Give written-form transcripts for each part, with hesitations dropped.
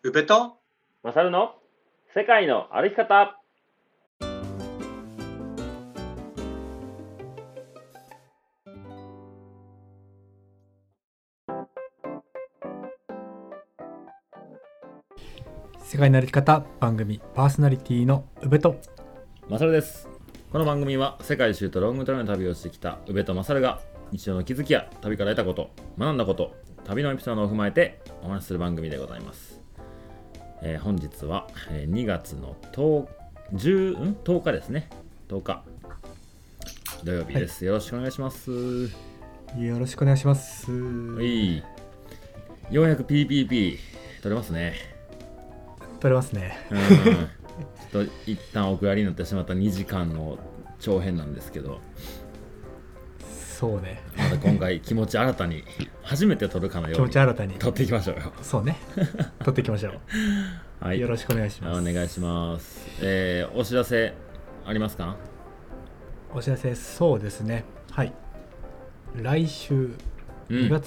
宇部とマサルの世界の歩き方。 世界の歩き方番組パーソナリティの宇部とマサルです。この番組は世界一周とロングトレの旅をしてきた宇部とマサルが日常の気づきや旅から得たこと、学んだこと、旅のエピソードを踏まえてお話しする番組でございます。本日は2月の10日ですね。10日土曜日です、はい、よろしくお願いします。 よろしくお願いします。 はい、ようやく PPP 取れますね。 取れますね。 ちょっと一旦お蔵になってしまった2時間の長編なんですけど、 そうね、 また今回気持ち新たに初めて撮るかのように気持ち新たに撮っていきましょうよ。 そうね、撮っていきましょう。はい、よろしくお願いします。 お願いします。お知らせありますか？ お知らせ、そうですね、はい、来週2月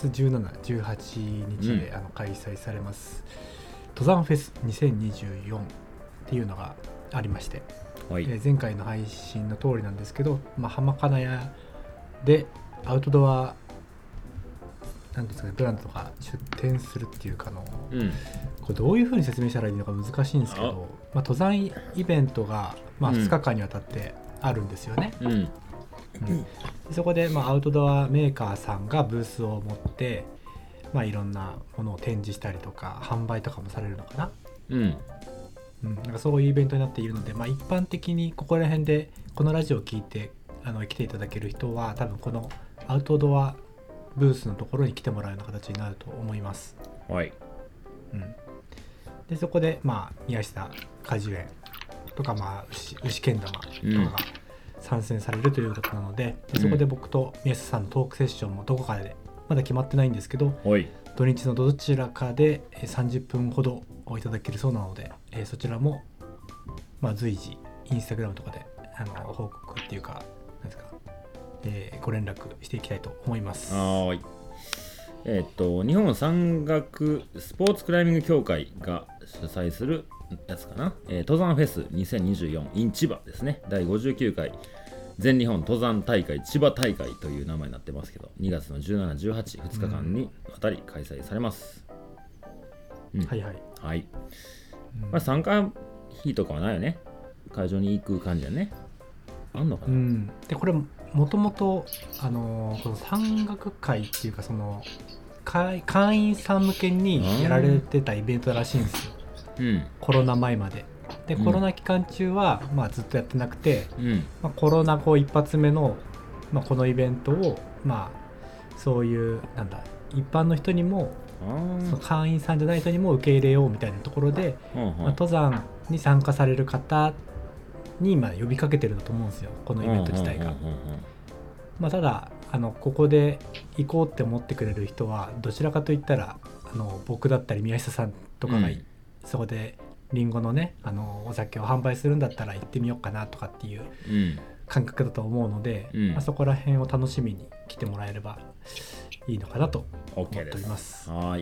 17、18日で開催されます、登山フェス2024っていうのがありまして、はい、前回の配信の通りなんですけど、浜金谷でアウトドアなんですかね、ブランドとか出店するっていうかこれどういう風に説明したらいいのか難しいんですけど、登山イベントが2日間にわたってあるんですよね。そこでアウトドアメーカーさんがブースを持っていろんなものを展示したりとか販売とかもされるのかな。なんかそういうイベントになっているので、一般的にここら辺でこのラジオを聞いて来ていただける人は多分このアウトドアブースのところに来てもらうような形になると思います。 はい。 でそこで宮下果樹園とか牛けん玉とかが参戦されるということなので、そこで僕と宮下さんのトークセッションもどこかでまだ決まってないんですけど、土日のどちらかで30分ほどいただけるそうなので、そちらも随時インスタグラムとかで報告っていうかなんですか、ご連絡していきたいと思います。 はい。日本山岳スポーツクライミング協会が主催するやつかな、登山フェス2024 in 千葉ですね。第59回全日本登山大会千葉大会という名前になってますけど、2月の17、18、2日間にわたり開催されます。 はいはい。 はい。参加費とかはないよね。会場に行く感じだね。あんのかな。 でこれもともとこの山岳会っていうか会員さん向けにやられてたイベントらしいんですよ。コロナ前まで。でコロナ期間中はずっとやってなくて、コロナ後一発目の、このイベントをそういう一般の人にもその会員さんじゃない人にも受け入れようみたいなところで、登山に参加される方に今呼びかけてると思うんですよ、このイベント自体が。ただここで行こうって思ってくれる人はどちらかといったら僕だったり宮下さんとかが、そこでリンゴのねお酒を販売するんだったら行ってみようかなとかっていう感覚だと思うので、そこら辺を楽しみに来てもらえればいいのかなと思っております。 はい、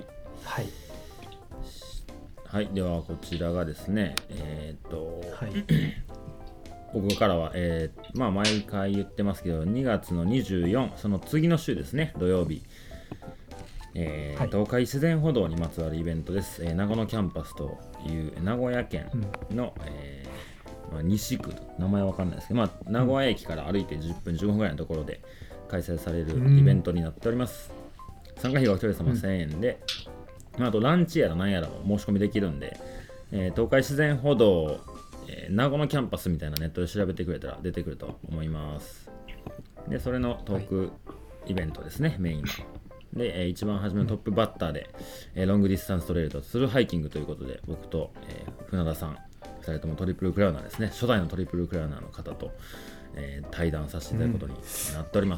ではこちらがですね、僕からは、毎回言ってますけど2月の24、その次の週ですね、土曜日、東海自然歩道にまつわるイベントです。名護のキャンパスという名古屋県の、西区、名前は分かんないですけど、名古屋駅から歩いて10分15分ぐらいのところで開催されるイベントになっております。参加費は1人様1000円で、あとランチやら何やらも申し込みできるんで、東海自然歩道名護のキャンパスみたいなネットで調べてくれたら出てくると思います。でそれのトークイベントですね、メインは。で、一番初めのトップバッターで、ロングディスタンストレイルとするハイキングということで、僕と、船田さん2人ともトリプルクラウナーですね、初代のトリプルクラウナーの方と、対談させていただくことになっております。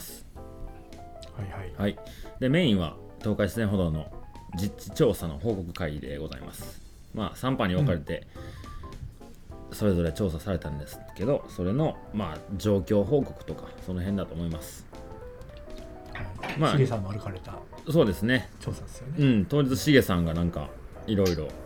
でメインは東海自然歩道の実地調査の報告会でございます。3班に分かれて、それぞれ調査されたんですけど、それの状況報告とかその辺だと思います。 しげさんも歩かれたそうですね、 調査ですよね。 当日しげさんがなんかいろいろ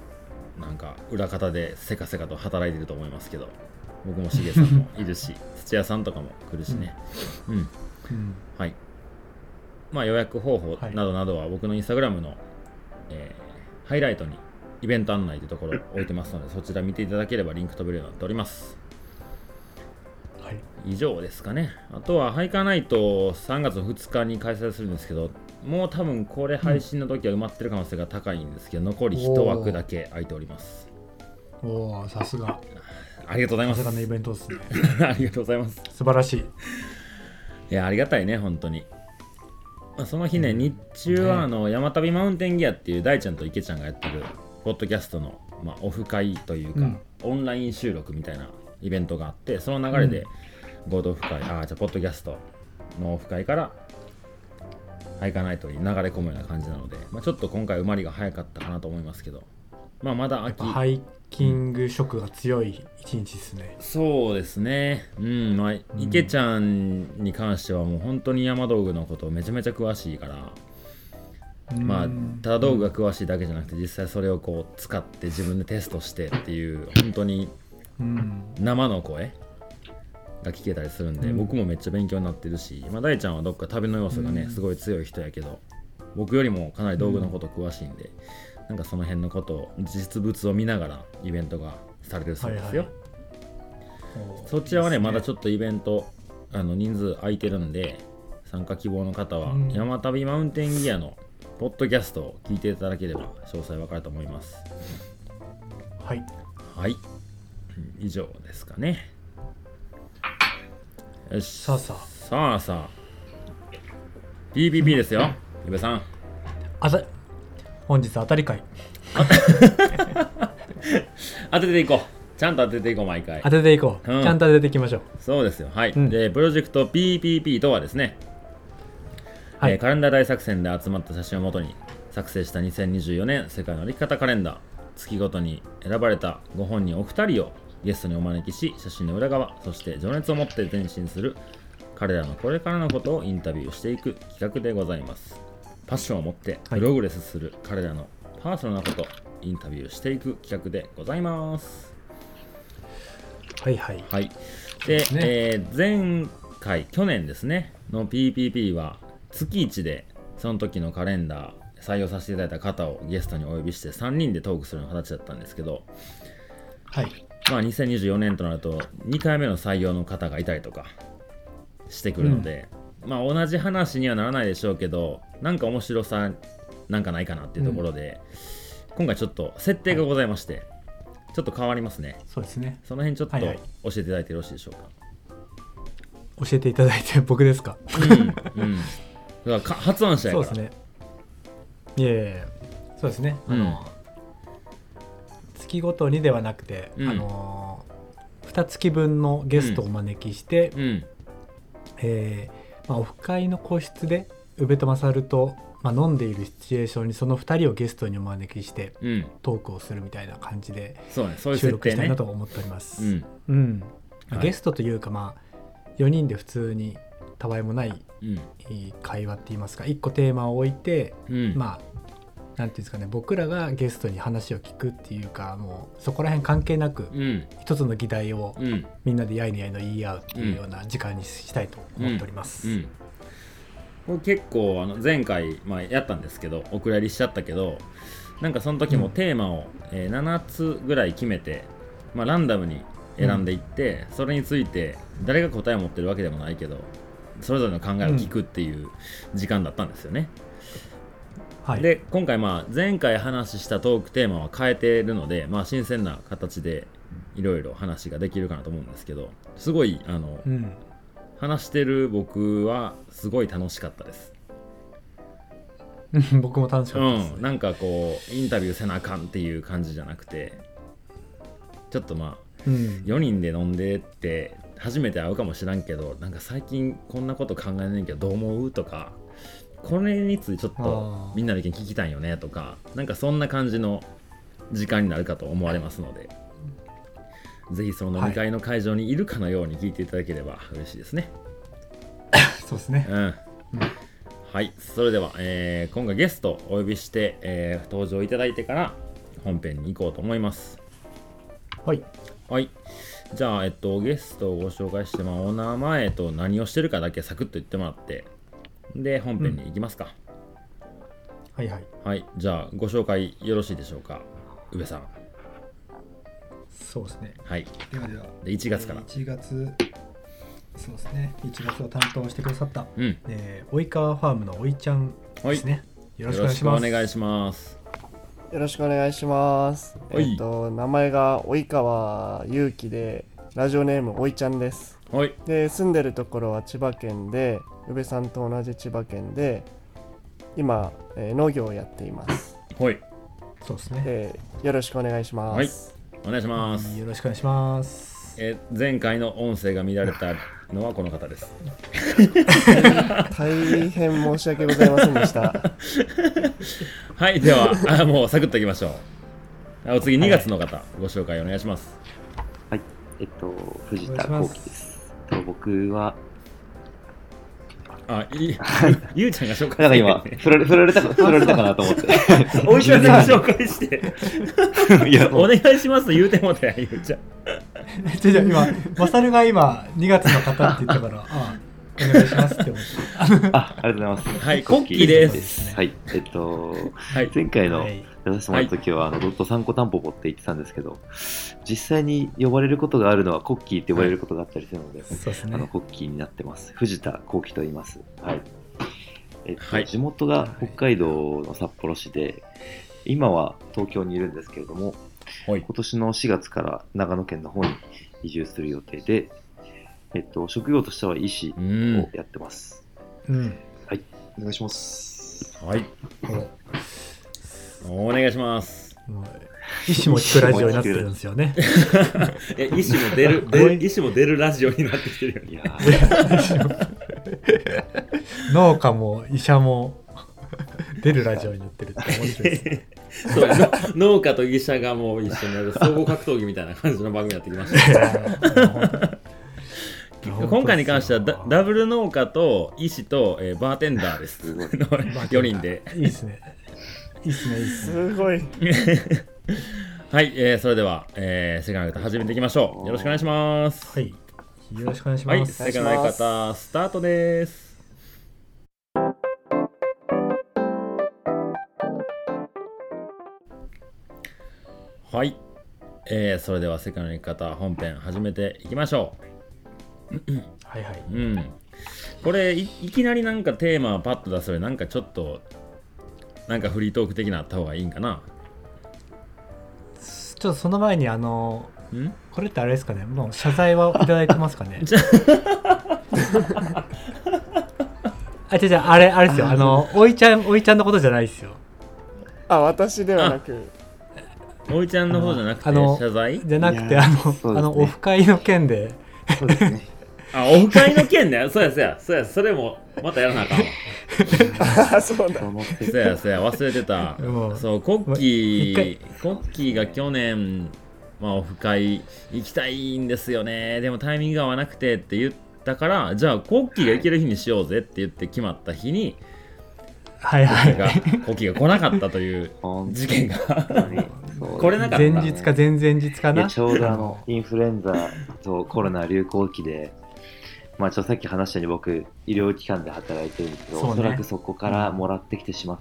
なんか裏方でせかせかと働いてると思いますけど、僕もしげさんもいるし土屋さんとかも来るしね。はい。まあ予約方法などなどは僕のインスタグラムの、ハイライトにイベント案内というところを置いてますので、そちら見ていただければリンク飛べるようになっております。はい、以上ですかね。あとはハイカーナイト3月2日に開催するんですけど、もう多分これ配信の時は埋まってる可能性が高いんですけど、残り1枠だけ空いております。 おお、さすが。 ありがとうございます。 さすがのイベントですね。 ありがとうございます。 素晴らしい。いや、ありがたいね、本当に。その日ね、日中は山旅マウンテンギアっていう大ちゃんと池ちゃんがやってるポッドキャストの、オフ会というか、オンライン収録みたいなイベントがあって、その流れで合同オフ会、ポッドキャストのオフ会からハイカーナイトに流れ込むような感じなので、ちょっと今回埋まりが早かったかなと思いますけど、まだ秋。 ハイキング色が強い一日ですね。 そうですね。池ちゃんに関してはもう本当に山道具のことをめちゃめちゃ詳しいから、ただ道具が詳しいだけじゃなくて、実際それをこう使って自分でテストしてっていう本当に生の声が聞けたりするんで、僕もめっちゃ勉強になってるし、大ちゃんはどっか旅の要素がねすごい強い人やけど、僕よりもかなり道具のこと詳しいんで、なんかその辺のことを実物を見ながらイベントがされるそうですよ。そちらはねまだちょっとイベント人数空いてるんで、参加希望の方は山旅マウンテンギアのポッドキャストを聞いていただければ詳細わかると思います。 はいはい、以上ですかね。よし、さあ PPP ですよ、ゆべさん。 本日当たり会当てていこう。ちゃんと当てていこう。毎回当てていこう、ちゃんと当てていきましょう。 そうですよ。はい、でプロジェクト PPP とはですね、カレンダー大作戦で集まった写真をもとに作成した2024年世界の歩き方カレンダー。月ごとに選ばれたご本人お二人をゲストにお招きし、写真の裏側、そして情熱を持って前進する彼らのこれからのことをインタビューしていく企画でございます。パッションを持ってプログレスする彼らのパーソナルなことをインタビューしていく企画でございます。 はいはい、 はい。で、前回去年ですねの PPP は月1でその時のカレンダー採用させていただいた方をゲストにお呼びして3人でトークするような形だったんですけど、 はい、 2024年となると2回目の採用の方がいたりとかしてくるので、同じ話にはならないでしょうけど、なんか面白さなんかないかなっていうところで、今回ちょっと設定がございまして、ちょっと変わりますね。 そうですね。 その辺ちょっと教えていただいてよろしいでしょうか。 教えていただいて僕ですか。 だから発案者やから。 そうですね。いえ、そうですね。月ごとにではなくて、2月分のゲストをお招きして、オフ会の個室で宇部と勝と、飲んでいるシチュエーションにその2人をゲストにお招きして、トークをするみたいな感じで収録したいなと思っております。ゲストというか、4人で普通にたわいもない会話って言いますか、1個テーマを置いて、なんていうんですかね、僕らがゲストに話を聞くっていうか、もうそこら辺関係なく、一つの議題をみんなでやいのやいの言い合うっていうような時間にしたいと思っております。 これ結構前回、やったんですけど、お蔵入りしちゃったけど、なんかその時もテーマを、7つぐらい決めて、ランダムに選んでいって、それについて誰が答えを持ってるわけでもないけど、それぞれの考えを聞くっていう時間だったんですよね。で今回前回話したトークテーマは変えてるので、新鮮な形でいろいろ話ができるかなと思うんですけど、すごい話してる僕はすごい楽しかったです。 僕も楽しかったです、 なんかこうインタビューせなあかんっていう感じじゃなくて、ちょっと4人で飲んでって初めて会うかもしらんけど、なんか最近こんなこと考えねんけどどう思うとか、これについてちょっとみんなの意見聞きたいよねとか、なんかそんな感じの時間になるかと思われますので、ぜひその飲み会の会場にいるかのように聞いていただければ嬉しいですね。 そうですね。 はい、それでは、今回ゲストをお呼びして、登場いただいてから本編に行こうと思います。 はい。 はい。じゃあ、ゲストをご紹介して、お名前と何をしてるかだけサクッと言ってもらって、で、本編に行きますか。 はいはい。 はい。じゃあ、ご紹介よろしいでしょうか、宇部さん。 そうですね。 はい。 ではでは。 で、1月から。 1月、そうですね。1月を担当してくださった、 うん。 及川ファームのおいちゃんですね。よろしくお願いします。 よろしくお願いします。 よろしくお願いします。名前が及川祐希で、ラジオネームおいちゃんです。 はい。 で、住んでるところは千葉県で、宇部さんと同じ千葉県で、今、農業をやっています。 はい。 そうですね。 よろしくお願いします。 はい。お願いします。 よろしくお願いします。 前回の音声が乱れたのはこの方です。 大変申し訳ございませんでした。 はい、ではもうサクッといきましょう。お次2月の方、ご紹介お願いします。 はい、藤田幸喜です。僕はゆうちゃんが紹介なんか今振られたかなと思ってお医者さん紹介していやお願いしますと言うてもたやゆうちゃん今マサルが今2月の方って言ったからお願いしますって思ってありがとうございます。 はい、コッキーです。 はい、前回のやらせてもらった時はドット3個タンポポって言ってたんですけど、実際に呼ばれることがあるのはコッキーって呼ばれることがあったりするので、 そうですね、 コッキーになってます。藤田幸喜と言います。はい。 はい、 地元が北海道の札幌市で、今は東京にいるんですけれども、 はい、 今年の4月から長野県の方に移住する予定で、職業としては医師をやってます。はい、お願いします。 はい。お願いします。 医師も聞くラジオになってるんですよね。 医師も出るラジオになってきてるよ。いや農家も医者も出るラジオになってるって面白いです。 そう農家と医者がもう一緒にやる総合格闘技みたいな感じの番組になってきました。今回に関してはダブル農家と医師と、バーテンダーです。4人で。 いいですね。いいですね。 すごい。 はい、それでは、セカンド方始めていきましょう。よろしくお願いします。 はい。よろしくお願いします。 はい、セカンド方スタートです。はい、それではセカンド方本編始めていきましょう。 はいはい。 これ いきなりなんかテーマパッと出すよりなんかちょっとなんかフリートーク的なあった方がいいんかな。 ちょっとその前にこれってあれですかね、もう謝罪はいただいてますかね。あれですよ、おいちゃんのことじゃないですよ。 私ではなくおいちゃんの方じゃなくて謝罪じゃなくてオフ会の件で。 そうですね。 オフ会の件ね。そうや、それもまたやらなあかんわ。 そうだ。 そうや、忘れてた。そう、コッキーが去年、オフ会行きたいんですよね。でもタイミングが合わなくてって言ったから、じゃあコッキーが行ける日にしようぜって言って決まった日に、コッキーが来なかったという事件がこれなかった。 前日か前々日かな。 ちょうどインフルエンザとコロナ流行期で、さっき話したように僕医療機関で働いてるんですけど、おそらくそこからもらってきてしまって、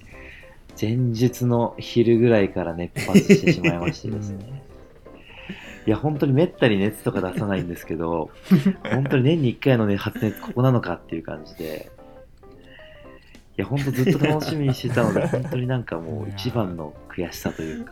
前日の昼ぐらいから熱発してしまいましてですね。いや本当にめったに熱とか出さないんですけど、本当に年に1回の、発熱ここなのかっていう感じで、いや本当ずっと楽しみにしてたので、本当になんかもう一番の悔しさというか、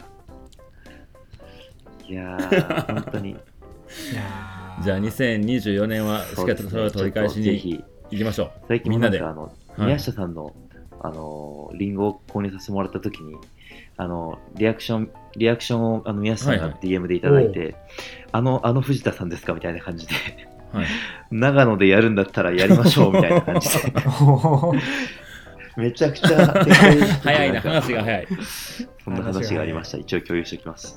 いやー本当に。 じゃあ2024年はしっかりとそれを取り返しに行きましょう。 最近みんなで宮下さんのリンゴを購入させてもらった時にリアクションを宮下さんが DM でいただいて、藤田さんですかみたいな感じで、長野でやるんだったらやりましょうみたいな感じでめちゃくちゃ早いな、話が早い。 そんな話がありました。一応共有しておきます。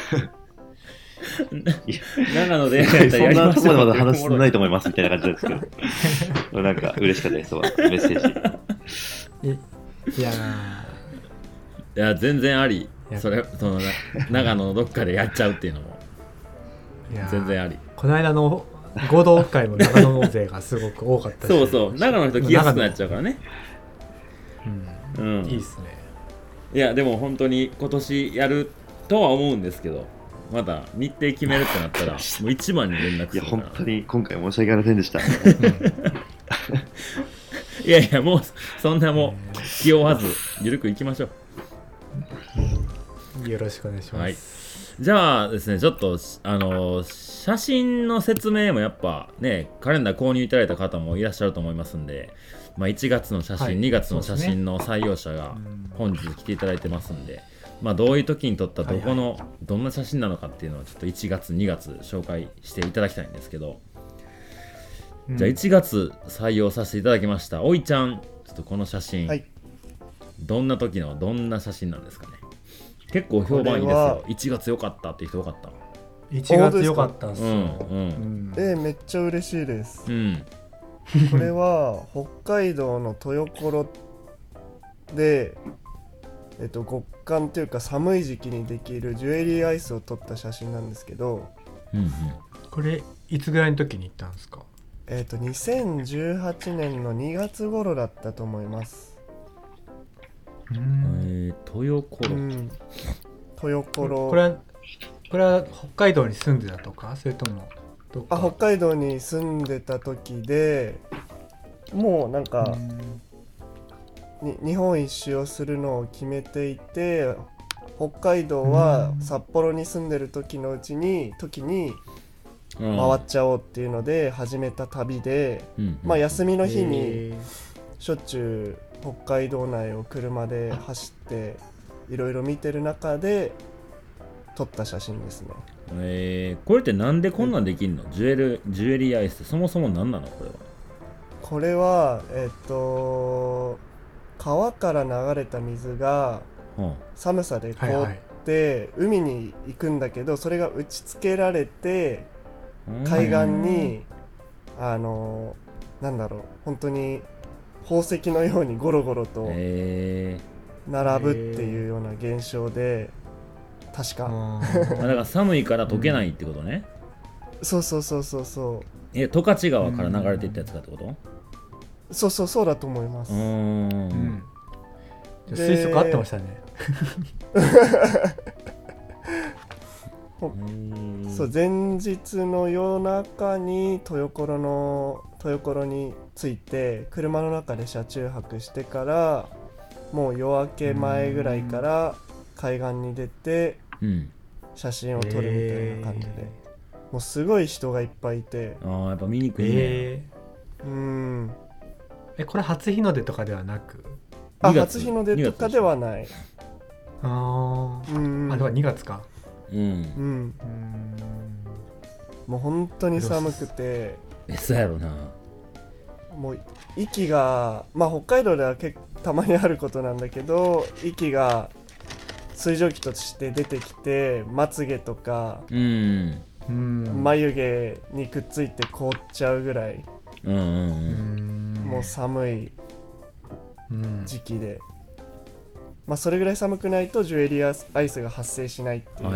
長野でやったらやりましょう。 そんなところでまだ話してないと思いますみたいな感じなんですけど、なんか嬉しかったです。メッセージ。 いや全然ありその長野のどっかでやっちゃうっていうのもいや全然あり。 この間の合同オフ会も長野勢がすごく多かったしそうそう、長野の人来やすくなっちゃうからね。 いいっすね。 いやでも本当に今年やるとは思うんですけど、まだ日程決めるってなったらもう一番に連絡するから。 いや本当に今回申し訳ありませんでした。 いやいや、もうそんなもう気負わず緩くいきましょう。 よろしくお願いします。 はい、じゃあですね、ちょっと写真の説明もやっぱね、カレンダー購入いただいた方もいらっしゃると思いますんで、1月の写真、 はい 2月の写真の採用者が本日来ていただいてますんで、どういう時に撮ったどこの、どんな写真なのかっていうのをちょっと1月2月紹介していただきたいんですけど、じゃあ1月採用させていただきましたおいちゃん、ちょっとこの写真、 はい、 どんな時のどんな写真なんですかね。結構評判いいですよ。1月良かったっていう人多かった。 1月良かったんすよ。 めっちゃ嬉しいです。 うん、 これは北海道の豊頃で、極寒というか寒い時期にできるジュエリーアイスを撮った写真なんですけど、 これいつぐらいの時に行ったんですか。 2018年の2月頃だったと思います。 豊頃、 豊頃。 これは北海道に住んでたとか、それともどっか。 北海道に住んでた時で、もうなんか日本一周をするのを決めていて、北海道は札幌に住んでる時のうちに回っちゃおうっていうので始めた旅で、休みの日にしょっちゅう北海道内を車で走っていろいろ見てる中で撮った写真ですね。 これってなんでこんなんできんの？ジュエリーアイスってそもそも何なの？ これは川から流れた水が寒さで凍って海に行くんだけど、それが打ちつけられて海岸になんだろう、本当に宝石のようにゴロゴロと並ぶっていうような現象で、確かだから寒いから溶けないってことね。 そう十勝川から流れていったやつかってこと？ そうだと思います。 推測合ってましたね。 そう、前日の夜中に豊頃に着いて車の中で車中泊してから、もう夜明け前ぐらいから海岸に出て写真を撮るみたいな感じで、もうすごい人がいっぱいいて、 やっぱ見にくいね。 これ初日の出とかではなく？ 初日の出とかではない。 では2月か。 もう本当に寒くて、 そうやろな。 もう息が、北海道ではたまにあることなんだけど、息が水蒸気として出てきてまつげとか眉毛にくっついて凍っちゃうぐらい、もう寒い時期で、それぐらい寒くないとジュエリーアイスが発生しないっていう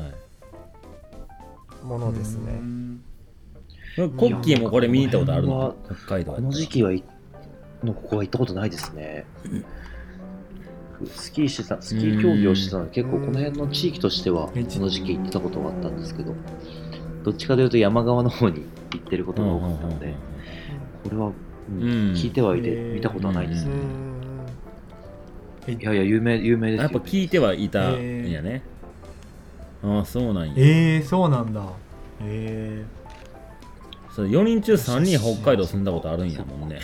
ものですね。 コッキーもこれ見に行ったことあるの？北海道この時期はここは行ったことないですね。スキー競技をしてたので、結構この辺の地域としてはこの時期行ってたことがあったんですけど、どっちかというと山側の方に行ってることが多かったので、これは聞いてはいて見たことはないですね。いや有名ですよね。 やっぱ聞いてはいたんやね。そうなんや。 そうなんだ。 それ4人中3人北海道住んだことあるんやもんね。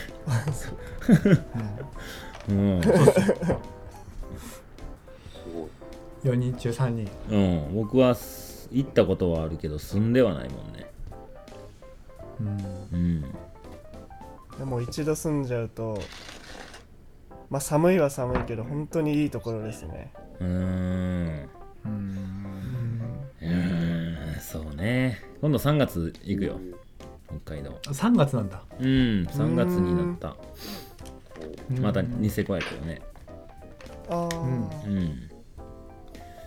4人中3人。 僕は行ったことはあるけど住んではないもんね。 でも一度住んじゃうと、寒いは寒いけど本当にいいところですね。 そうね。今度3月行くよ、北海道。 3月なんだ。 3月になった。またニセコやけどね。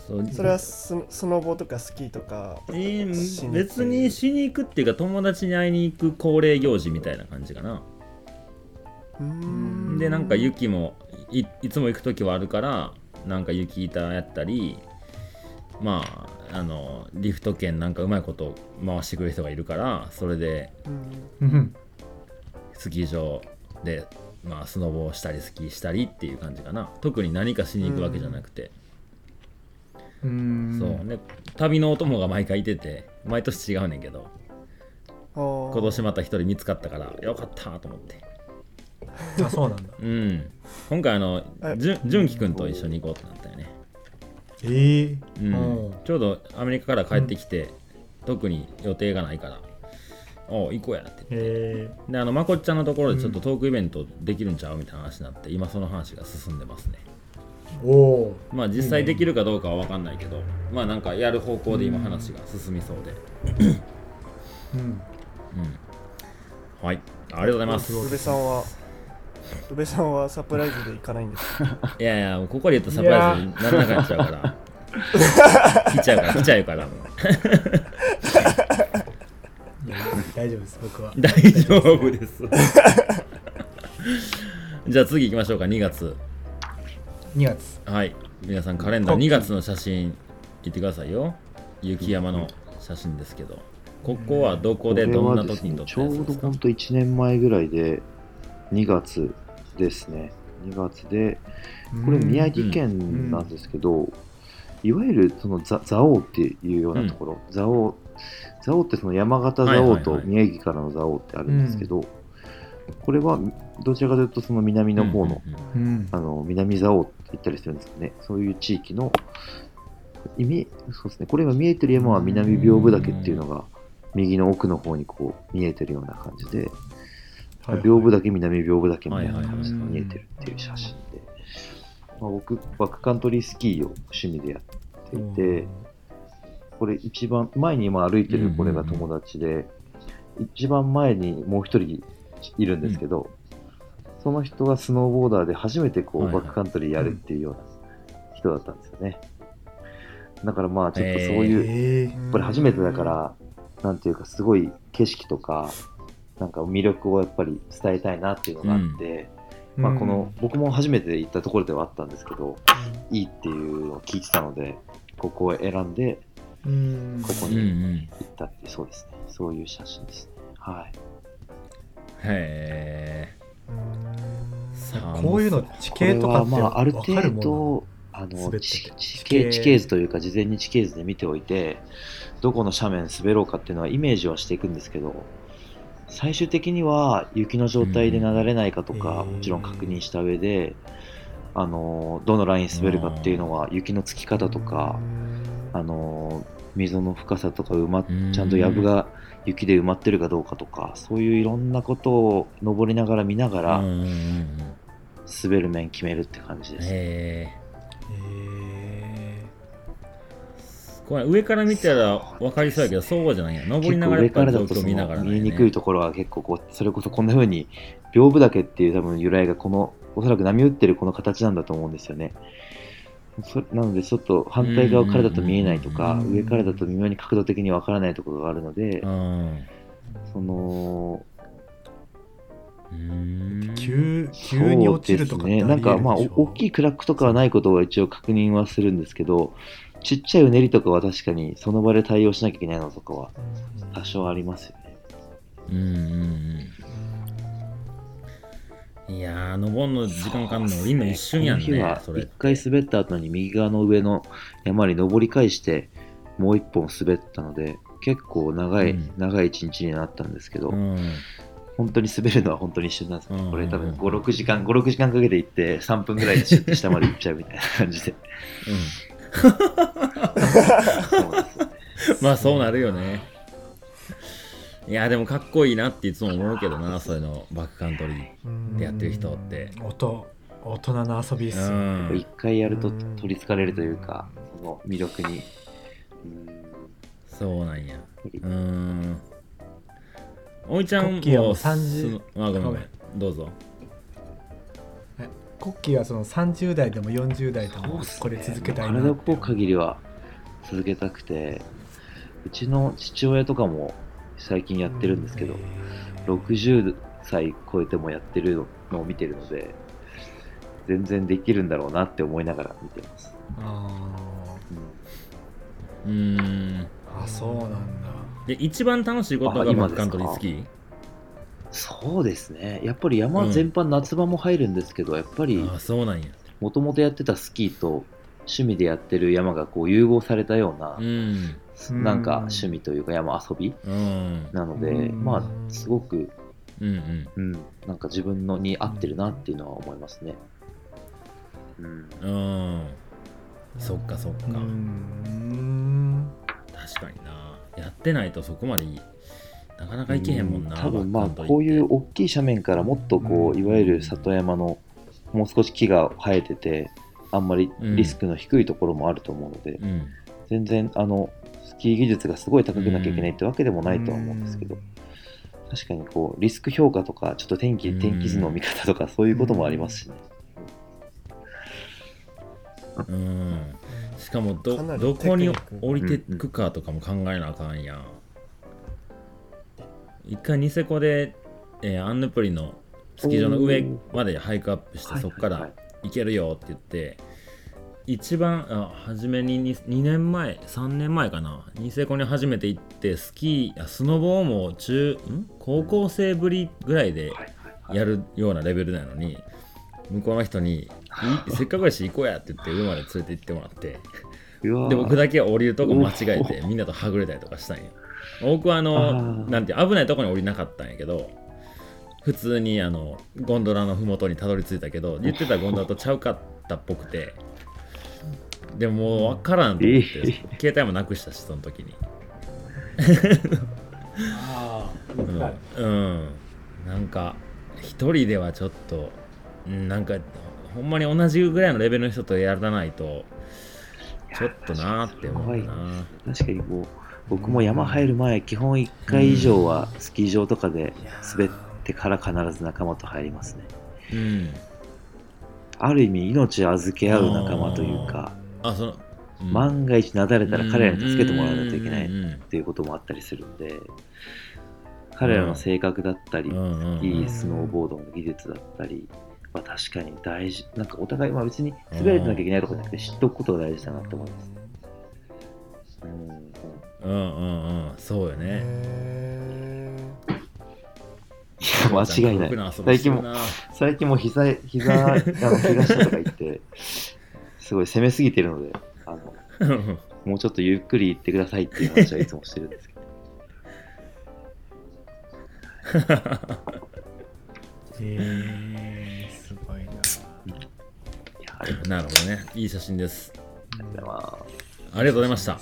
それはスノボとかスキーとか別にしに行くっていうか友達に会いに行く恒例行事みたいな感じかな。でなんか雪も いつも行く時はあるからなんか雪板やったりまあリフト券なんかうまいこと回してくれる人がいるからそれでスキー場でまあスノボをしたりスキーしたりっていう感じかな。特に何かしに行くわけじゃなくてそうね、旅のお供が毎回いてて毎年違うねんけど今年また一人見つかったからよかったと思って。 あ、そうなんだ。 今回純喜くんと一緒に行こうってなったよね。ちょうどアメリカから帰ってきて、特に予定がないから行こうやって言って、でまこっちゃんのところでちょっとトークイベントできるんちゃうみたいな話になって今その話が進んでますね。まあ実際できるかどうかは分かんないけど、まあなんかやる方向で今話が進みそうではい、ありがとうございます。 宇部さんはサプライズで行かないんですか？ いやいや、ここで言うとサプライズにならなくなっちゃうから来ちゃうからもういや大丈夫です、僕は大丈夫ですじゃあ次行きましょうか。2月。はい、皆さんカレンダー2月の写真いってくださいよ。雪山の写真ですけど、ここはどこでどんな時に撮ったやつですか？ ちょうどほんと1年前ぐらいで2月ですね。2月でこれ宮城県なんですけど、いわゆるその蔵王っていうようなところ、蔵王ってその山形蔵王と宮城からの蔵王ってあるんですけど、これはどちらかというとその南の方の、南蔵王って言ったりするんですかね。そういう地域のそうですね。これ今見えてる山は南屏風岳っていうのが右の奥の方にこう見えてるような感じで、屏風岳、南屏風岳みたいな感じが見えてるっていう写真で、僕バックカントリースキーを趣味でやっていて、これ一番前に今歩いてるこれが友達で、一番前にもう一人いるんですけど、その人がスノーボーダーで初めてこうバックカントリーやるっていうような人だったんですよね。だからまあちょっとそういう、これ初めてだからなんていうかすごい景色とかなんか魅力をやっぱり伝えたいなっていうのがあって、まあこの僕も初めて行ったところではあったんですけど、いいっていうのを聞いてたのでここを選んでここに行ったっていう、そうですね、そういう写真ですね。はい。 へえ。 こういうの地形とかってまあある程分かるも度地形図というか事前に地形図で見ておいてどこの斜面滑ろうかっていうのはイメージはしていくんですけど、最終的には雪の状態でなだれないかとかもちろん確認した上で、どのライン滑るかっていうのは雪のつき方とか溝の深さとかちゃんと藪が雪で埋まってるかどうかとか、そういういろんなことを登りながら見ながら滑る面決めるって感じです。 これ上から見たら分かりそうやけどそうじゃないや。登りながらやっぱり状況見ながら、ね、 見えにくいところは結構こうそれこそこんな風に屏風岳っていう多分由来がこのおそらく波打ってるこの形なんだと思うんですよね。なのでちょっと反対側からだと見えないとか、上からだと微妙に角度的にわからないところがあるので、その急に落ちるとかってありえるでしょ。 なんかまあ大きいクラックとかはないことは一応確認はするんですけど、ちっちゃいうねりとかは確かにその場で対応しなきゃいけないのとかは多少ありますよね。 いやー、登るの時間かかんの降りんの一瞬やんね。 この日は一回滑った後に右側の上の山に登り返してもう一本滑ったので結構長い一日になったんですけど、本当に滑るのは本当に一瞬なんですよ。これ多分5、6時間かけて行って3分ぐらいでシュッて下まで行っちゃうみたいな感じでまあそうなるよね。いやでもかっこいいなっていつも思うけどな、そういうのバックカントリーでやってる人って。 大人の遊びですよ。 一回やると取りつかれるというか、その魅力に。 そうなんや。おいちゃんも 30 ごめんどうぞ。 コッキーはその30代でも40代でもこれ続けたいなって。 体をこう限りは続けたくて、うちの父親とかも最近やってるんですけど、60歳超えてもやってるのを見てるので、全然できるんだろうなって思いながら見てます。 あ、そうなんだ。 で一番楽しいことがバックカントリー好き？ そうですね。やっぱり山全般、夏場も入るんですけど、やっぱりそうなんや。 もともとやってたスキーと趣味でやってる山がこう融合されたような、なんか趣味というか山遊びなので、まあすごく、なんか自分のに合ってるなっていうのは思いますね。 そっかそっか。確かにな。やってないとそこまでなかなか行けへんもんな。 多分まあこういう大きい斜面からもっとこういわゆる里山のもう少し木が生えててあんまりリスクの低いところもあると思うので、全然スキー技術がすごい高くなきゃいけないってわけでもないとは思うんですけど、確かにこうリスク評価とかちょっと天気図の見方とかそういうこともありますしね。 しかもどこに降りてくかとかも考えなあかんやん。一回ニセコで、アンヌプリのスキー場の上までハイクアップしてそこから行けるよって言って、一番初めに2年前3年前かな、ニセコに初めて行ってスノボーも高校生ぶりぐらいでやるようなレベルなのに、向こうの人にせっかくやし行こうやって言って上まで連れて行ってもらってで僕だけ降りるとこ間違えてみんなとはぐれたりとかしたんや。僕はなんて危ないとこに降りなかったんやけど、普通にゴンドラのふもとにたどり着いたけど、言ってたゴンドラとちゃうかったっぽくて、でももう分からんと思って、携帯もなくしたしその時になんか一人ではちょっとなんかほんまに同じぐらいのレベルの人とやらないとちょっとなーって思うな。 確かにこう僕も山入る前基本1回以上はスキー場とかで滑ってから必ず仲間と入りますね。ある意味命を預け合う仲間というか、万が一なだれたら彼らに助けてもらわないといけないっていうこともあったりするんで、彼らの性格だったり、いいスノーボードの技術だったりは確かに大事。なんかお互いは別に滑れてなきゃいけないとかじゃなくて知っておくことが大事だなって思います。 そうよね。 間違いない。最近も膝したとか言ってすごい攻めすぎてるのでもうちょっとゆっくり行ってくださいっていう話はいつもしてるんですけどすごいな。 なるほどね。いい写真です。 ありがとうございます。 ありがとうございました。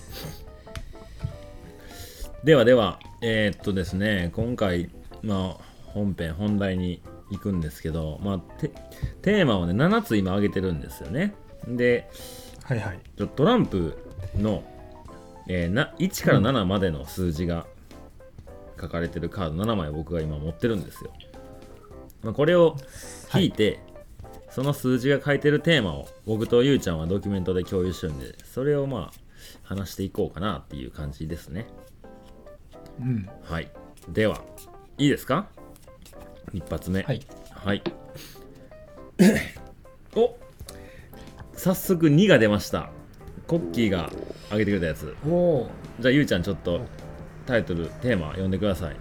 ではですね、今回本題に行くんですけど、テーマをね7つ今挙げてるんですよね。で、トランプの、1から7までの数字が書かれてるカード7枚を僕が今持ってるんですよ。これを引いて、その数字が書いてるテーマを僕とゆうちゃんはドキュメントで共有してるんで、それを話していこうかなっていう感じですね。はい。では、いいですか？一発目。はい。お、早速2が出ました。コッキーが挙げてくれたやつ。じゃあゆうちゃんちょっとタイトル、テーマ読んでください。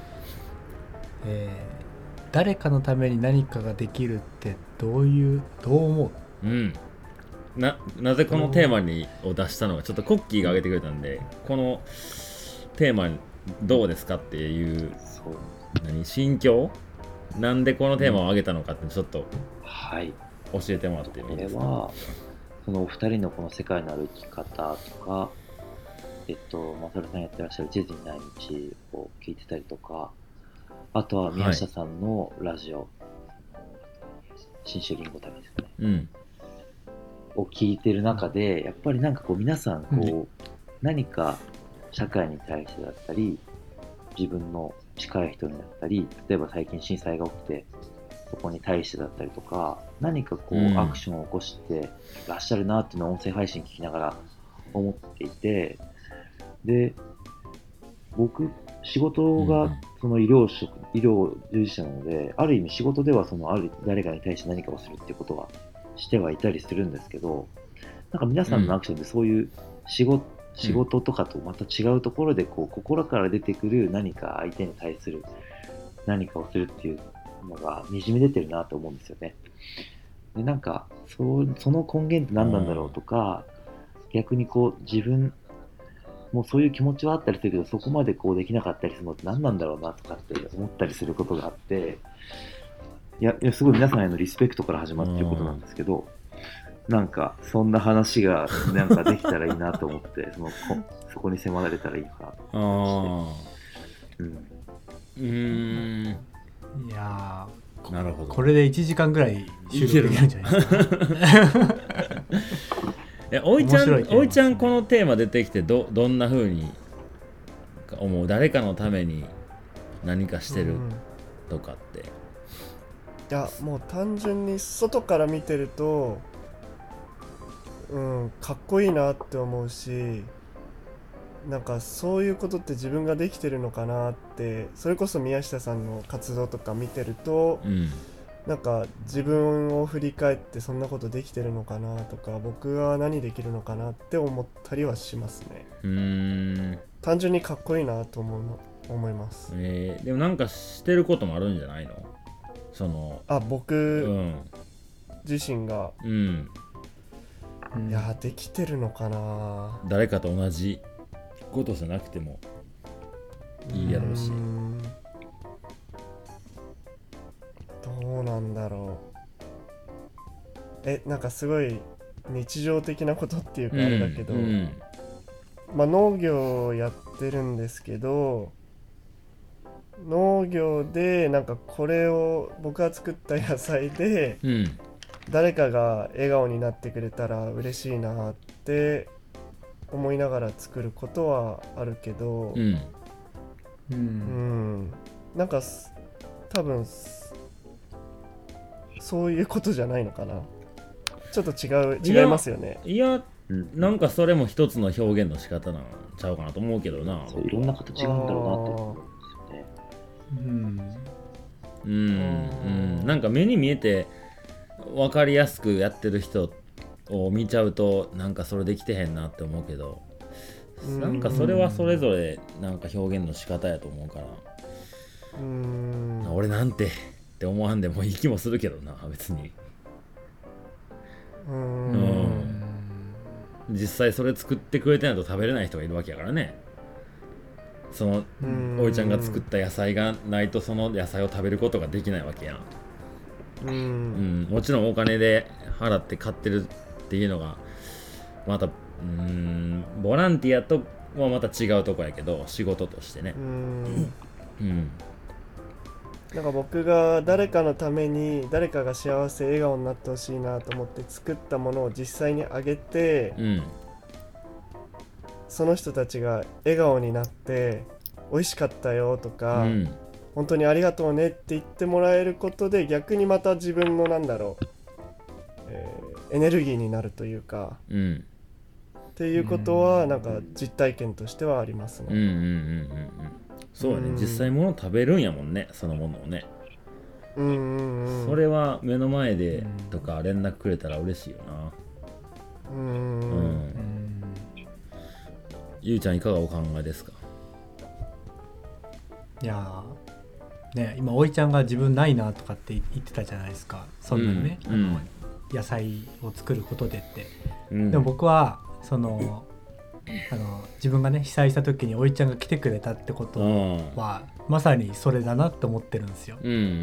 誰かのために何かができるってどう思う？ なぜこのテーマを出したのか、ちょっとコッキーが挙げてくれたんで、このテーマどうですかっていう心境、なんでこのテーマを挙げたのかってちょっと教えてもらってもいいですか？ これはそのお二人のこの世界のある生き方とか、マサルさんやってらっしゃる地図にない道を聞いてたりとか、あとは宮下さんのラジオ、新種リンゴ旅ですね、を聞いてる中で、やっぱりなんかこう皆さん何か社会に対してだったり、自分の近い人になったり、例えば最近震災が起きて、 そこに対してだったりとか、何かこう、 うんアクションを起こしてらっしゃるなっていうのを音声配信聞きながら思っていて、で、僕、仕事がその医療従事者なので、ある意味仕事では誰かに対して何かをするっていうことはしてはいたりするんですけど、なんか皆さんのアクションでそういう仕事とかとまた違うところでこう心から出てくる何か相手に対する何かをするっていうのがにじみ出てるなと思うんですよね。で、なんかその根源って何なんだろうとか、逆にこう自分もうそういう気持ちはあったりするけど、そこまでこうできなかったりするのって何なんだろうなとかって思ったりすることがあって、いやすごい皆さんへのリスペクトから始まっていることなんですけど、なんかそんな話がなんかできたらいいなと思ってそこに迫られたらいいなと思って。 いやなるほど。 これで1時間ぐらい収録できるんじゃないですか。 おいちゃん、 面白いテーマですね。 おいちゃんこのテーマ出てきてどんな風に思う？誰かのために何かしてるとかって。 いや、もう単純に外から見てるとかっこいいなって思うし、なんかそういうことって自分ができてるのかなって、それこそ宮下さんの活動とか見てると、なんか自分を振り返ってそんなことできてるのかなとか、僕は何できるのかなって思ったりはしますね。単純にかっこいいなと思います。 でもなんかしてることもあるんじゃないの？ 僕、自身がいやできてるのかな。 誰かと同じことじゃなくてもいいやろうし。 どうなんだろう。なんかすごい日常的なことっていうかあれだけど、農業をやってるんですけど、農業でなんかこれを僕が作った野菜で誰かが笑顔になってくれたら嬉しいなって思いながら作ることはあるけど、なんか多分そういうことじゃないのかな。ちょっと違いますよね。 いや、なんかそれも一つの表現の仕方なんちゃうかなと思うけどな。 そういろんな形があるんだろうなって思うんですよね。 なんか目に見えて分かりやすくやってる人を見ちゃうと、なんかそれできてへんなって思うけど、なんかそれはそれぞれなんか表現の仕方やと思うから、俺なんてって思わんでもいい気もするけどな、別に。実際それ作ってくれてないと食べれない人がいるわけやからね。そのおいちゃんが作った野菜がないとその野菜を食べることができないわけやん。もちろんお金で払って買ってるっていうのがまたボランティアとはまた違うとこやけど、仕事としてね。 なんか僕が誰かのために誰かが幸せ笑顔になってほしいなと思って作ったものを実際にあげて、その人たちが笑顔になって美味しかったよとか、本当にありがとうねって言ってもらえることで、逆にまた自分のエネルギーになるというか、っていうことはなんか実体験としてはありますね。 そうだね、実際物食べるんやもんね、そのものをね。それは目の前でとか連絡くれたら嬉しいよな。ゆうちゃんいかがお考えですか？ いやね、今おいちゃんが自分ないなとかって言ってたじゃないですか。そんなね、野菜を作ることでって、でも僕は自分がね被災した時においちゃんが来てくれたってことはまさにそれだなって思ってるんですよ。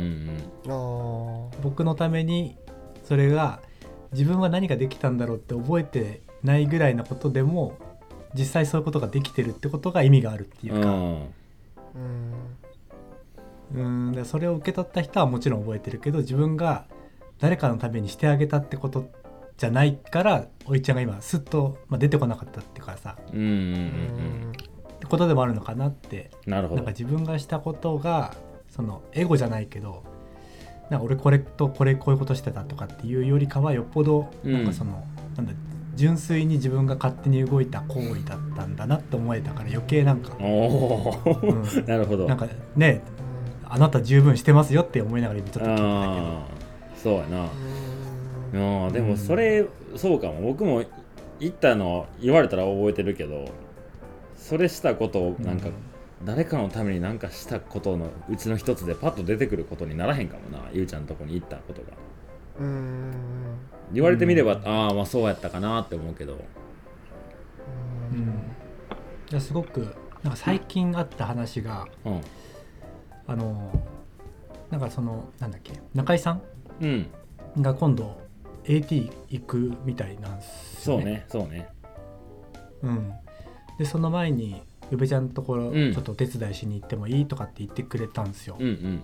僕のためにそれが自分は何ができたんだろうって覚えてないぐらいのことでも実際そういうことができてるってことが意味があるっていうか、でそれを受け取った人はもちろん覚えてるけど、自分が誰かのためにしてあげたってことじゃないから、おいちゃんが今スッと、出てこなかったっていうかさ、ってことでもあるのかなって。 なるほど。 なんか自分がしたことがそのエゴじゃないけど、 なんか俺これとこういうことしてたとかっていうよりかはよっぽどなんかなんだ純粋に自分が勝手に動いた行為だったんだなって思えたから余計なんかなるほど。 なんかねあなた十分してますよって思いながら今ちょっと聞いてたそうやな。でもそれ、そうかも。僕も言ったの言われたら覚えてるけど、それしたことをなんか、誰かのために何かしたことのうちの一つでパッと出てくることにならへんかもな、ゆうちゃんのとこに行ったことが。言われてみれば、まあそうやったかなって思うけど。 いやすごくなんか最近あった話が、なんかなんだっけ中井さん、が今度 AT 行くみたいなんですよね。 そうね。 でその前にゆべちゃんのところちょっとお手伝いしに行ってもいいとかって言ってくれたんですよ。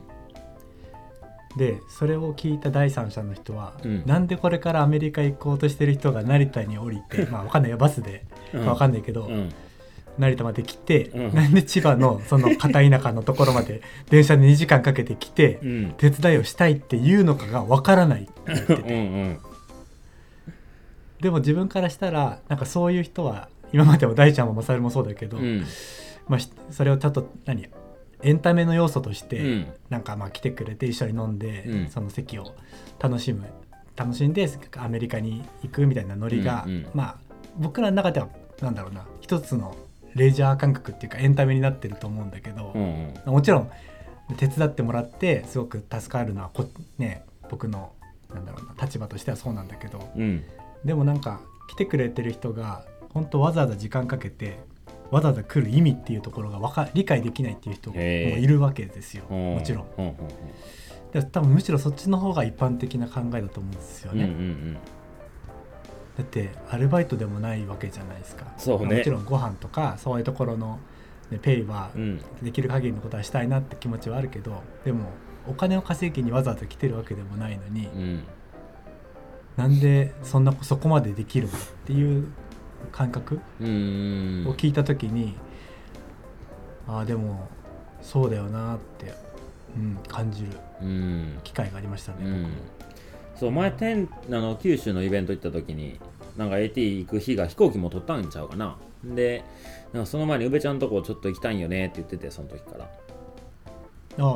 でそれを聞いた第三者の人は、なんでこれからアメリカ行こうとしてる人が成田に降りてまあわかんないよバスで、わかんないけど、成田まで来て、なんで千葉のその片田舎のところまで電車で2時間かけて来て、手伝いをしたいっていうのかがわからないって言っててでも自分からしたらなんかそういう人は今までも大ちゃんもマサルもそうだけど、まあ、それをちょっとエンタメの要素として、なんかまあ来てくれて一緒に飲んで、その席を楽しんでアメリカに行くみたいなノリが、まあ僕らの中ではなんだろうな一つのレジャー感覚っていうかエンタメになってると思うんだけど、もちろん手伝ってもらってすごく助かるのは僕のなんだろうな立場としてはそうなんだけど、でもなんか来てくれてる人が本当わざわざ時間かけてわざわざ来る意味っていうところが理解できないっていう人もいるわけですよ、もちろん。で多分むしろそっちの方が一般的な考えだと思うんですよね。だってアルバイトでもないわけじゃないですか。 そうね、 もちろんご飯とかそういうところの、ペイはできる限りのことはしたいなって気持ちはあるけど、でもお金を稼ぎにわざわざ来てるわけでもないのに、なんでそこまでできるのっていう感覚を聞いた時に、でもそうだよなって、感じる機会がありましたね、僕も。 そう前九州のイベント行った時になんか AT 行く日が飛行機も取ったんちゃうかな。でなんかその前に宇部ちゃんのとこちょっと行きたいんよねって言ってて、その時から。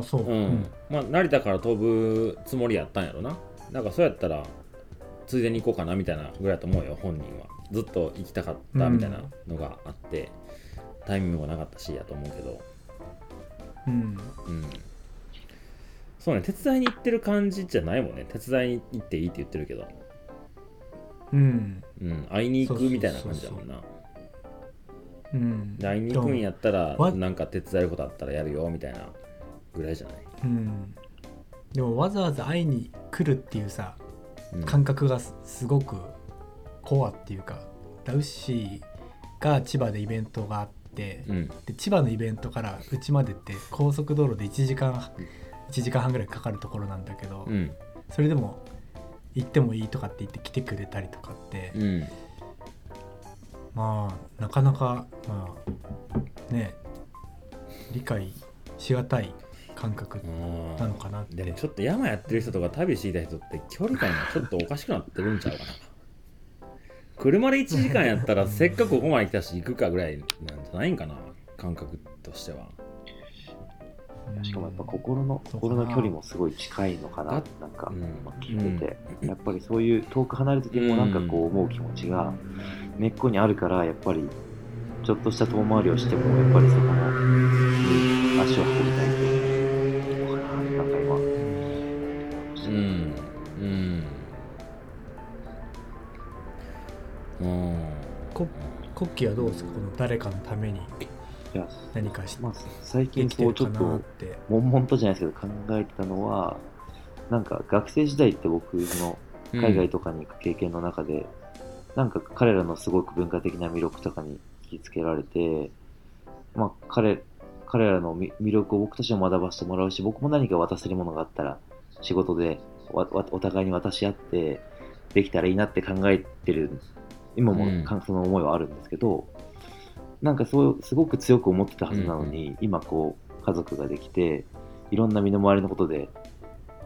そう、 まあ成田から飛ぶつもりやったんやろな。なんかそうやったらついでに行こうかなみたいなぐらいだと思うよ、本人は。ずっと行きたかったみたいなのがあって、タイミングもなかったしやと思うけど、そうね、手伝いに行ってる感じじゃないもんね。手伝いに行っていいって言ってるけど、会いに行くみたいな感じだもんな。会いに行くんやったらなんか手伝えることあったらやるよみたいなぐらいじゃない。 でもわざわざ会いに来るっていうさ、感覚がすごくコアっていうか、ウッシーが千葉でイベントがあって、で千葉のイベントからうちまでって高速道路で1時間半ぐらいかかるところなんだけど、それでも行ってもいいとかって言って来てくれたりとかって、まあなかなか理解しがたい感覚なのかなって。 でもちょっと山やってる人とか旅していた人って距離感がちょっとおかしくなってるんちゃうかな。車で1時間やったらせっかくここまで来たし行くかぐらいなんじゃないんかな、感覚としては。 しかもやっぱ心の距離もすごい近いのかな、なんか聞いてて、やっぱりそういう遠く離れててもなんかこう思う気持ちが根っこにあるから、やっぱりちょっとした遠回りをしてもやっぱりそこの足を運びたいというのかな、なんか今コッキーはどうですか、この誰かのために何かして、 最近そうちょっと悶々とじゃないですけど考えてたのは、なんか学生時代って僕の海外とかに行く経験の中で、なんか彼らのすごく文化的な魅力とかに引きつけられて、彼らの魅力を僕たちも学ばせてもらうし、僕も何か渡せるものがあったら仕事でお互いに渡し合ってできたらいいなって考えてる、今もその思いはあるんですけど、なんかそうすごく強く思ってたはずなのに、今こう家族ができていろんな身の回りのことで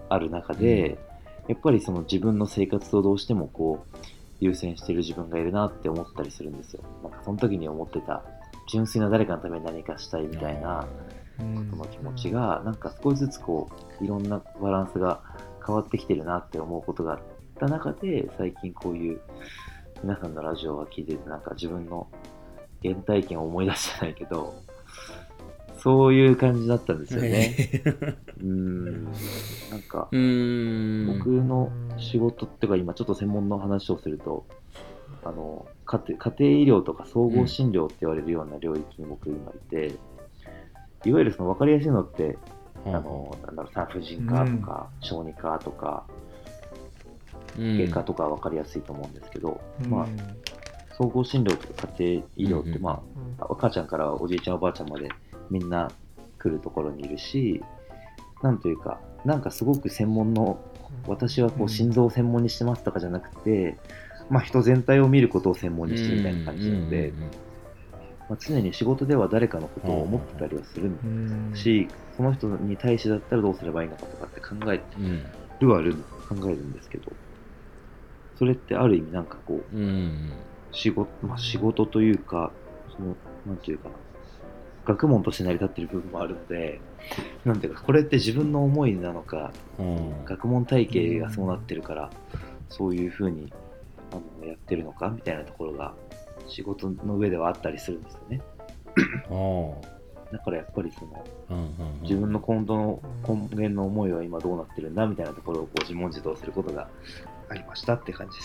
ある中で、やっぱりその自分の生活をどうしてもこう優先している自分がいるなって思ったりするんですよ。なんかその時に思ってた純粋な誰かのために何かしたいみたいなその気持ちがなんか少しずつこういろんなバランスが変わってきてるなって思うことがあった中で、最近こういう皆さんのラジオが聞いててなんか自分の原体験を思い出しじゃないけど、そういう感じだったんですよね。なんか僕の仕事っていうか今ちょっと専門の話をすると家庭医療とか総合診療って言われるような領域に僕今いて、いわゆるその分かりやすいのってなんだろう産婦人科とか小児科とか外科とか分かりやすいと思うんですけど、まあ総合診療とか家庭医療ってまあ赤ちゃんからおじいちゃんおばあちゃんまでみんな来るところにいるし、なんというかなんかすごく専門の、私はこう心臓を専門にしてますとかじゃなくて、まあ人全体を見ることを専門にしてるみたいな感じなので、まあ、常に仕事では誰かのことを思ってたりはするし、その人に対してだったらどうすればいいのかとかって考えるんですけど、それってある意味なんかこう、仕事というか、そのなんていうかな、学問として成り立っている部分もあるので、なんていうかこれって自分の思いなのか、学問体系がそうなってるから、そういう風にやってるのかみたいなところが仕事の上ではあったりするんですよね。だからやっぱりその、自分の根源の思いは今どうなってるんだみたいなところをこう自問自答することがありましたって感じです。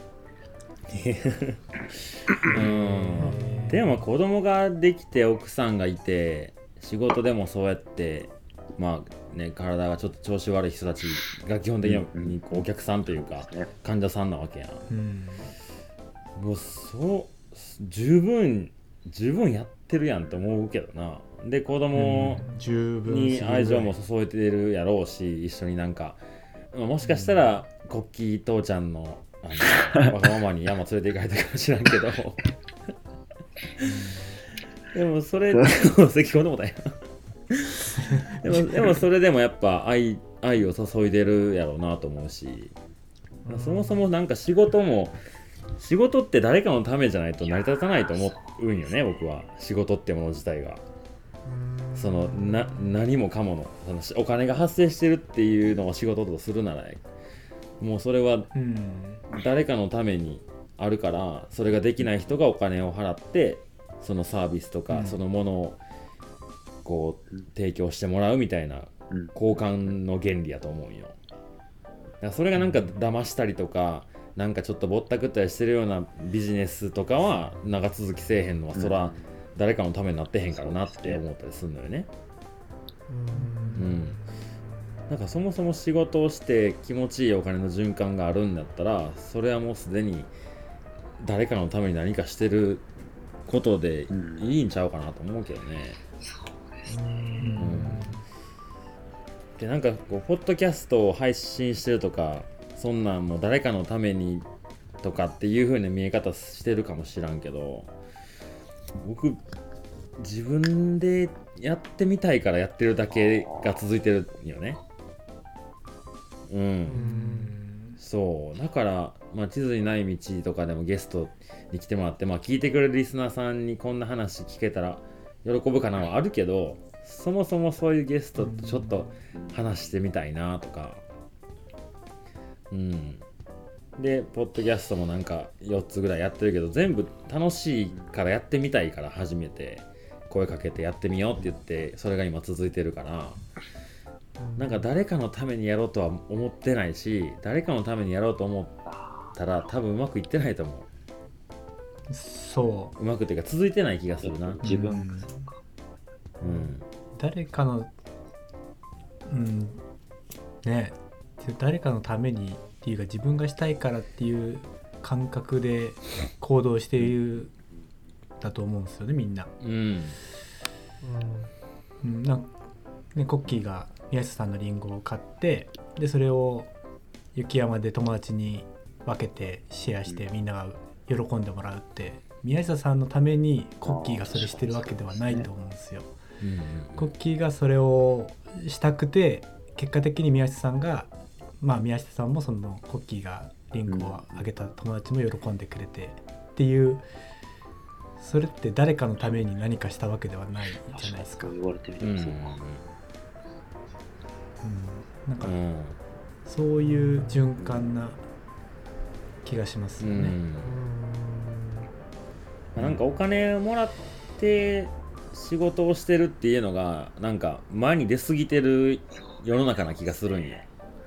でも子供ができて奥さんがいて仕事でもそうやってまあね、体がちょっと調子悪い人たちが基本的にお客さんというか患者さんなわけやん。もうそう十分やってるやんと思うけどな。で子供に愛情も注いでるやろうし、一緒になんかもしかしたらコッキー父ちゃんのわがままに山連れて行かれたかもしれんけどでもそれ咳込んでもたんやでもそれでもやっぱ愛を注いでるやろうなと思うし、そもそもなんか仕事って誰かのためじゃないと成り立たないと思うんよね。僕は仕事ってもの自体がその何もかものお金が発生してるっていうのを仕事とするならもうそれは誰かのためにあるから、それができない人がお金を払ってそのサービスとかそのものをこう提供してもらうみたいな交換の原理やと思うんよ。だからそれがなんか騙したりとかなんかちょっとぼったくったりしてるようなビジネスとかは長続きせえへんのはそら誰かのためになってへんからなって思ったりするのよね。なんかそもそも仕事をして気持ちいいお金の循環があるんだったら、それはもうすでに誰かのために何かしてることでいいんちゃうかなと思うけどね。 そうですね。 でなんかこうポッドキャストを配信してるとかそんなんも誰かのためにとかっていう風な見え方してるかもしらんけど、僕自分でやってみたいからやってるだけが続いてるよね。そうだから、まあ、地図にない道とかでもゲストに来てもらって、まあ、聞いてくれるリスナーさんにこんな話聞けたら喜ぶかなはあるけど、そもそもそういうゲストとちょっと話してみたいなとか、でポッドキャストもなんか4つぐらいやってるけど全部楽しいからやってみたいから始めて声かけてやってみようって言ってそれが今続いてるから、なんか誰かのためにやろうとは思ってないし、誰かのためにやろうと思ったら多分うまくいってないと思う。そううまくっていうか続いてない気がするな。 自分誰かのね、誰かのためにっていうか自分がしたいからっていう感覚で行動しているだと思うんですよね、みんな。コッキーが宮下さんのリンゴを買ってでそれを雪山で友達に分けてシェアしてみんなが喜んでもらうって宮下さんのためにコッキーがそれしてるわけではないと思うんですよ。コッキーがそれをしたくて結果的に宮下さんが宮下さんもそのコッキーがリンクをあげた友達も喜んでくれてっていう、それって誰かのために何かしたわけではないじゃないですか。 言われてみてもそうか。 なんか、そういう循環な気がしますよね。 なんかお金もらって仕事をしてるっていうのがなんか前に出過ぎてる世の中な気がするんよ。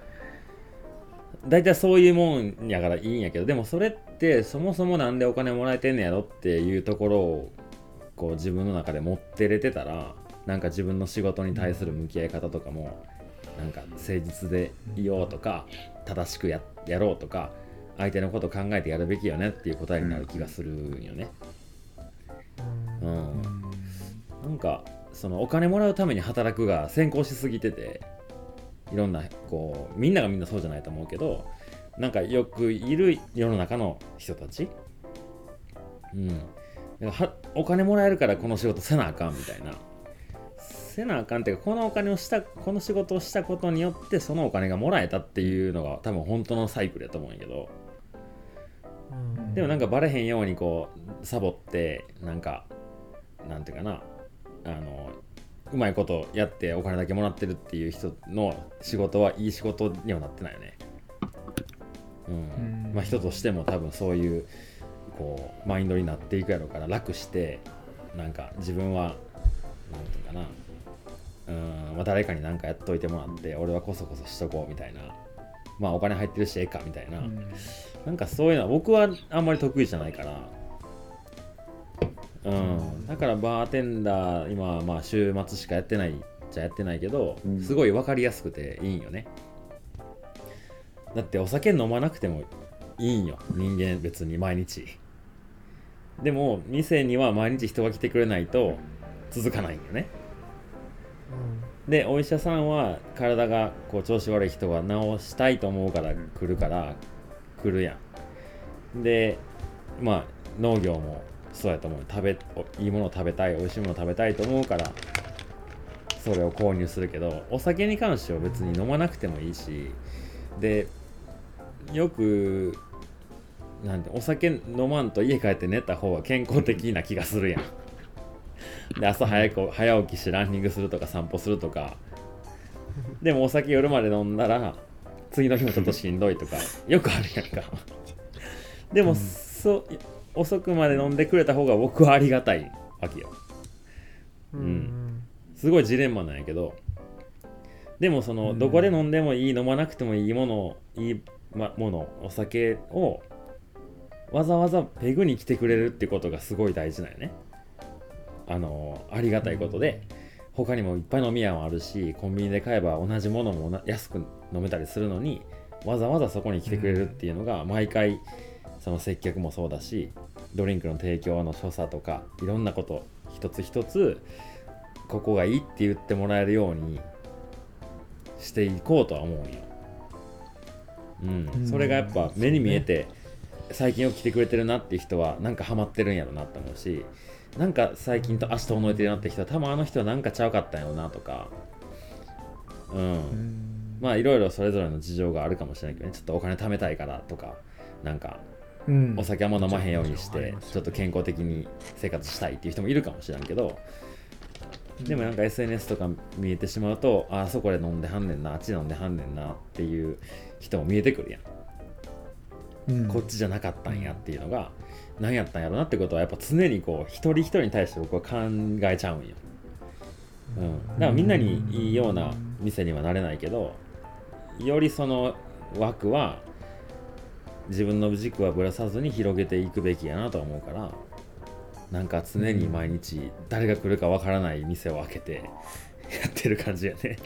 だいたいそういうもんやからいいんやけど、でもそれってそもそもなんでお金もらえてんねやろっていうところをこう自分の中で持ってれてたら、なんか自分の仕事に対する向き合い方とかもなんか誠実でいようとか正しく やろうとか相手のこと考えてやるべきよねっていう答えになる気がするんよね。なんかそのお金もらうために働くが先行しすぎてて、いろんなこうみんながみんなそうじゃないと思うけど、なんかよくいる世の中の人たち、お金もらえるからこの仕事せなあかんみたいな、せなあかんっていうか、この仕事をしたことによってそのお金がもらえたっていうのが多分本当のサイクルやと思うんやけど、でもなんかバレへんようにこうサボってなんかなんていうかな、うまいことやってお金だけもらってるっていう人の仕事はいい仕事にはなってないよね。人としても多分そういうこうマインドになっていくやろうから、楽してなんか自分はなんていうかな、誰かに何かやっといてもらって俺はこそこそしとこうみたいな、お金入ってるしええかみたいな、なんかそういうのは僕はあんまり得意じゃないから、だからバーテンダー今週末しかやってないじゃやってないけど、すごい分かりやすくていいんよね。だってお酒飲まなくてもいいんよ、人間別に毎日。でも店には毎日人が来てくれないと続かないんよね。でお医者さんは体がこう調子悪い人が治したいと思うから来るから来るやん。で農業もそうやと思う。いいものを食べたい、美味しいものを食べたいと思うからそれを購入するけど、お酒に関しては別に飲まなくてもいいし、でよくなんてお酒飲まんと家帰って寝た方が健康的な気がするやん。で朝早起きしてランニングするとか散歩するとか、でもお酒夜まで飲んだら次の日もちょっとしんどいとかよくあるやんか。でも、遅くまで飲んでくれた方が僕はありがたいわけよ。すごいジレンマなんやけど、でもそのどこで飲んでもいい、飲まなくてもいいもの、お酒をわざわざペグに来てくれるってことがすごい大事なんよね。ありがたいことで、他にもいっぱい飲み屋もあるし、コンビニで買えば同じものも安く飲めたりするのに、わざわざそこに来てくれるっていうのが毎回その接客もそうだし、ドリンクの提供の所作とかいろんなこと一つ一つここがいいって言ってもらえるようにしていこうとは思うんよ。それがやっぱ目に見えて、最近よく来てくれてるなっていう人はなんかハマってるんやろなって思うし、なんか最近と足遠のいてるなって人は多分あの人はなんかちゃうかったんやろなとか、いろいろそれぞれの事情があるかもしれないけどね。ちょっとお金貯めたいからとか、なんかお酒あんま飲まへんようにしてちょっと健康的に生活したいっていう人もいるかもしれんけど、でもなんか SNS とか見えてしまうと、あそこで飲んではんねんな、あっちで飲んではんねんなっていう人も見えてくるやん。こっちじゃなかったんやっていうのが何やったんやろなってことはやっぱ常にこう一人一人に対して僕は考えちゃうんよ。だからみんなにいいような店にはなれないけど、よりその枠は自分の軸はぶらさずに広げていくべきやなと思うから、なんか常に毎日誰が来るかわからない店を開けてやってる感じやね。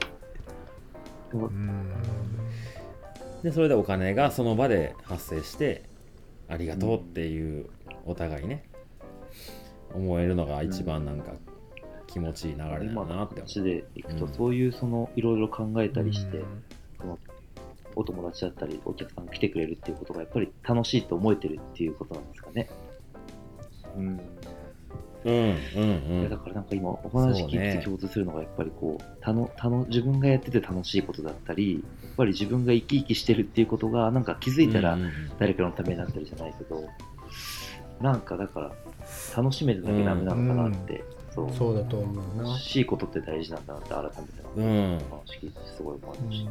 でそれでお金がその場で発生してありがとうっていうお互いね思えるのが一番なんか気持ちいい流れだなって思う。 今でいくとそういうそのいろいろ考えたりして、そのお友達だったりお客さんが来てくれるっていうことがやっぱり楽しいと思えてるっていうことなんですかね。 いやだからなんか今お話聞いて共通するのがやっぱりこう自分がやってて楽しいことだったり、やっぱり自分が生き生きしてるっていうことがなんか気づいたら誰かのためになったりじゃないけど、なんかだから楽しめてなきゃダメなのかなって、 そうだと思うな。 楽しいことって大事なんだなって改めて話聞いてすごい思いました。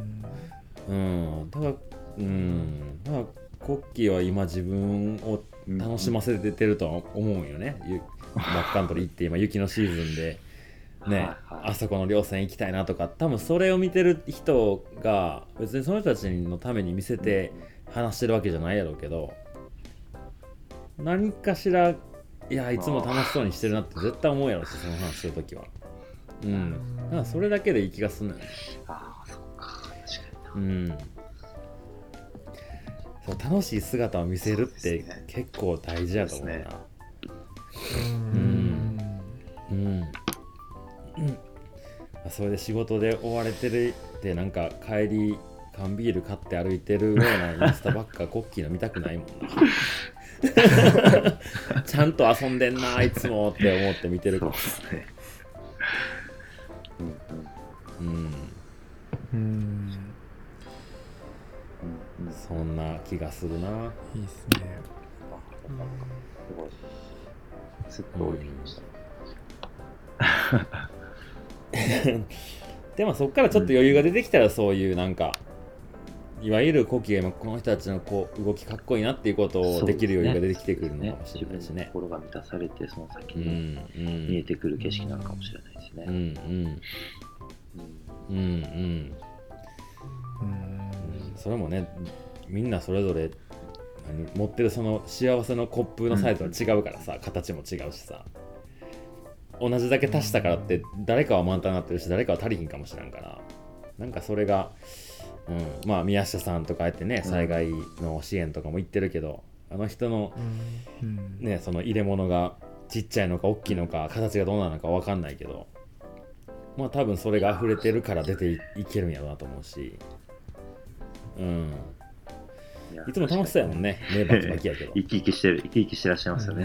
だからコッキーは今自分を楽しませてるとは思うんよね。バックカントリー行って今雪のシーズンでね、あそこの稜線行きたいなとか、多分それを見てる人が別にその人たちのために見せて話してるわけじゃないやろうけど、何かしらいつも楽しそうにしてるなって絶対思うやろし、その話するときは。だからそれだけでいい気がするのよね。 そっか、確かに。 そう、楽しい姿を見せるって結構大事やと思うな。それで仕事で追われてるってなんか帰り缶ビール買って歩いてるようなインスタばっかコッキーの見たくないもんな。ちゃんと遊んでんな、いつもって思って見てるから。そんな気がするな。 いいっすね。 すごい。すっと降りてきました。 でもそっからちょっと余裕が出てきたら、そういうなんかいわゆるコキが今この人たちのこう動きかっこいいなっていうことをできる余裕が出てきてくるのかもしれないしね。 心が満たされてその先に見えてくる景色なのかもしれないですね。 それもね、みんなそれぞれ持ってるその幸せのコップのサイズは違うからさ、形も違うしさ、同じだけ足したからって誰かは満タンになってるし誰かは足りひんかもしれんから、なんかそれが、まあ宮下さんとかあえてね、災害の支援とかも言ってるけど、あの人の、ね、その入れ物がちっちゃいのか大きいのか形がどうなのか分かんないけど、まあ多分それが溢れてるから出ていけるんやろうなと思うし、いつも楽しそうやもんね。目バキバキやけど生き生きしてらっしゃいますよね。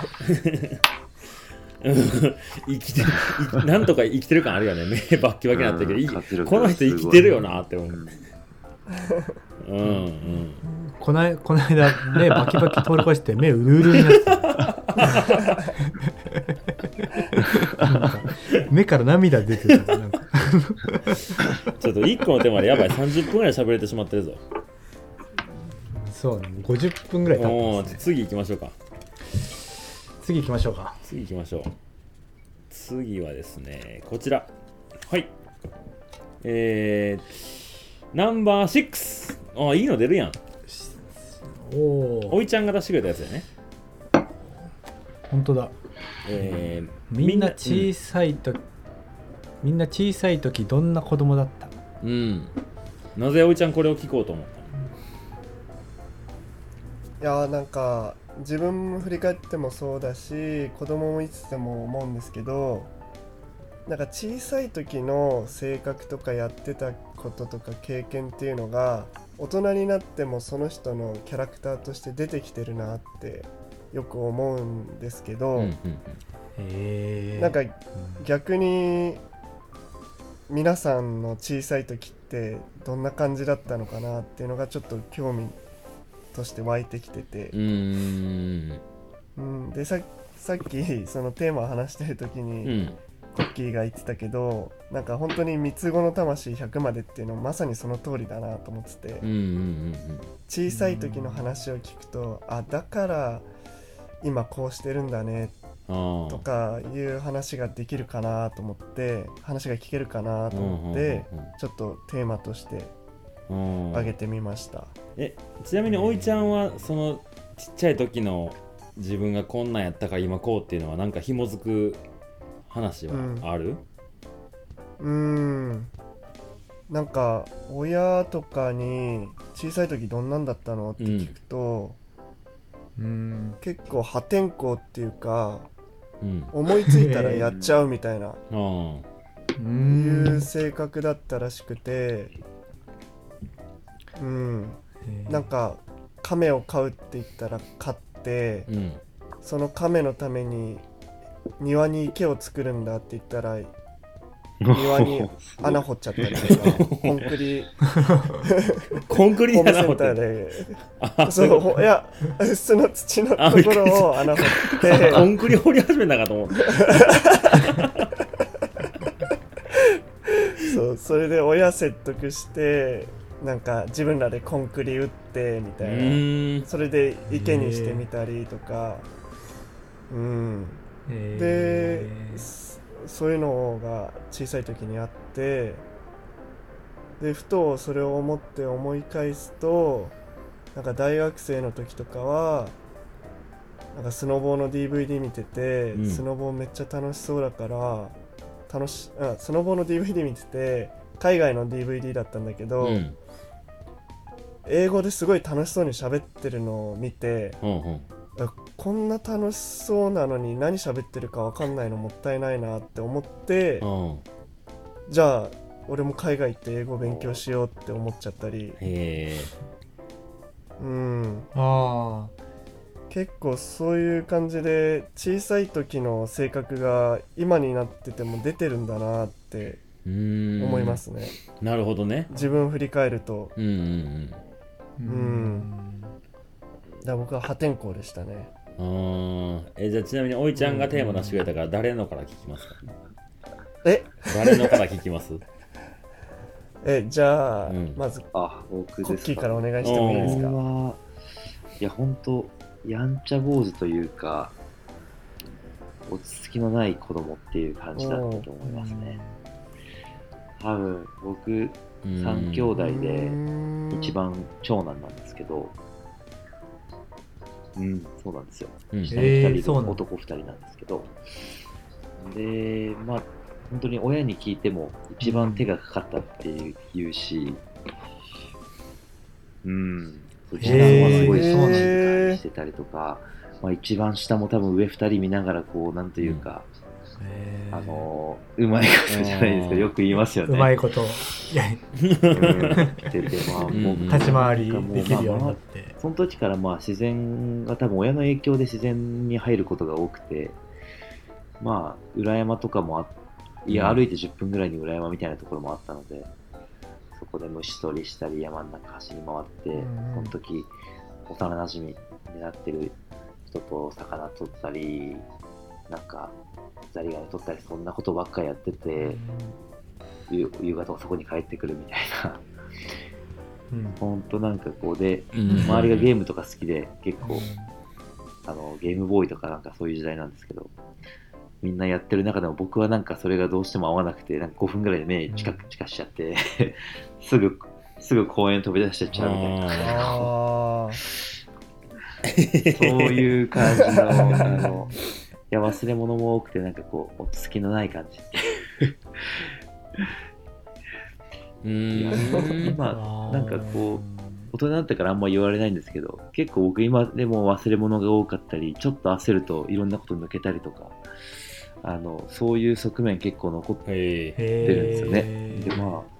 なんとか生きてる感あるよね。目バッキバキになってるけど、この人生きてるよなって思う。 この間目バキバキ通り越して目うるうるになって目から涙出てた。なんかちょっと1個のテーマでやばい、30分ぐらい喋れてしまってるぞ。 そうね、50分ぐらい経ってますね。 次行きましょうか。 次行きましょう。 次はですね、こちら。はい。ナンバー6。いいの出るやん。おいちゃんが出してくれたやつだよね。 本当だ。みんな小さい時どんな子供だった？ なぜおいちゃんこれを聞こうと思ったの？ いやなんか自分振り返ってもそうだし、子供もいつでも思うんですけど、なんか小さい時の性格とかやってたこととか経験っていうのが大人になってもその人のキャラクターとして出てきてるなってよく思うんですけど、なんか逆に皆さんの小さい時ってどんな感じだったのかなっていうのがちょっと興味として湧いてきてて、でさっきそのテーマを話してる時に、コッキーが言ってたけど、なんか本当に三つ子の魂100までっていうのまさにその通りだなと思ってて、小さい時の話を聞くと、だから今こうしてるんだねとかいう話ができるかなと思って、話が聞けるかなと思って、ちょっとテーマとして挙げてみました。 ちなみにおいちゃんはそのちっちゃい時の自分がこんなんやったから今こうっていうのはなんか紐づく話はある？ なんか親とかに小さい時どんなんだったのって聞くと、結構破天荒っていうか、思いついたらやっちゃうみたいないう性格だったらしくて、なんか亀を飼うって言ったら飼って、その亀のために庭に池を作るんだって言ったら庭に穴掘っちゃったりとかコンクリコンクリホーム穴掘ってセンターる。 であ、そういうこいや普通の土のところを穴掘ってとコンクリ掘り始めたかと思って。 そうそれで親説得してなんか自分らでコンクリ打ってみたいなそれで池にしてみたりとかうんでそういうのが小さい時にあってでふとそれを思って思い返すとなんか大学生の時とかはなんかスノボーの DVD 見てて、スノボーめっちゃ楽しそうだからスノボーの DVD 見てて海外の DVD だったんだけど、英語ですごい楽しそうに喋ってるのを見て、こんな楽しそうなのに何喋ってるか分かんないのもったいないなって思って、じゃあ俺も海外行って英語勉強しようって思っちゃったり、結構そういう感じで小さい時の性格が今になってても出てるんだなって思いますね。 なるほどね。 自分を振り返るとだから僕は破天荒でしたね。 じゃあちなみにおいちゃんがテーマ出してくれたから誰のから聞きますか？誰のから聞きます？ じゃあ、まず僕ですか。 コッキーからお願いしてもいいですか？ いや本当やんちゃ坊主というか落ち着きのない子供っていう感じだったと思いますね。多分僕3兄弟で一番長男なんですけど、そうなんですよ。下に2人で男2人なんですけど、でまあ本当に親に聞いても一番手がかかったっていうし、時間はすごい静かにしてたりとか、一番下も多分上2人見ながらこうなんというか、うまいことじゃないですけどよく言いますよね。 うまいこと立ち回りできるようになって、 その時から自然が多分親の影響で自然に入ることが多くて、裏山とかも歩いて10分ぐらいに裏山みたいなところもあったので、そこで虫取りしたり山の中走り回って、その時幼なじみになってる人と魚取ったりなんかザリガニ取ったりそんなことばっかりやってて、夕方はそこに帰ってくるみたいなほんとなんかこうで、周りがゲームとか好きで結構ゲームボーイとかなんかそういう時代なんですけど、みんなやってる中でも僕はなんかそれがどうしても合わなくて、なんか5分ぐらいで目チカチカしちゃってすぐ公園飛び出しちゃうみたいなそういう感じのいや忘れ物も多くてなんかこう落ち着きのない感じいや今なんかこう大人になってからあんま言われないんですけど、結構僕今でも忘れ物が多かったりちょっと焦るといろんなこと抜けたりとかそういう側面結構残ってるんですよね。で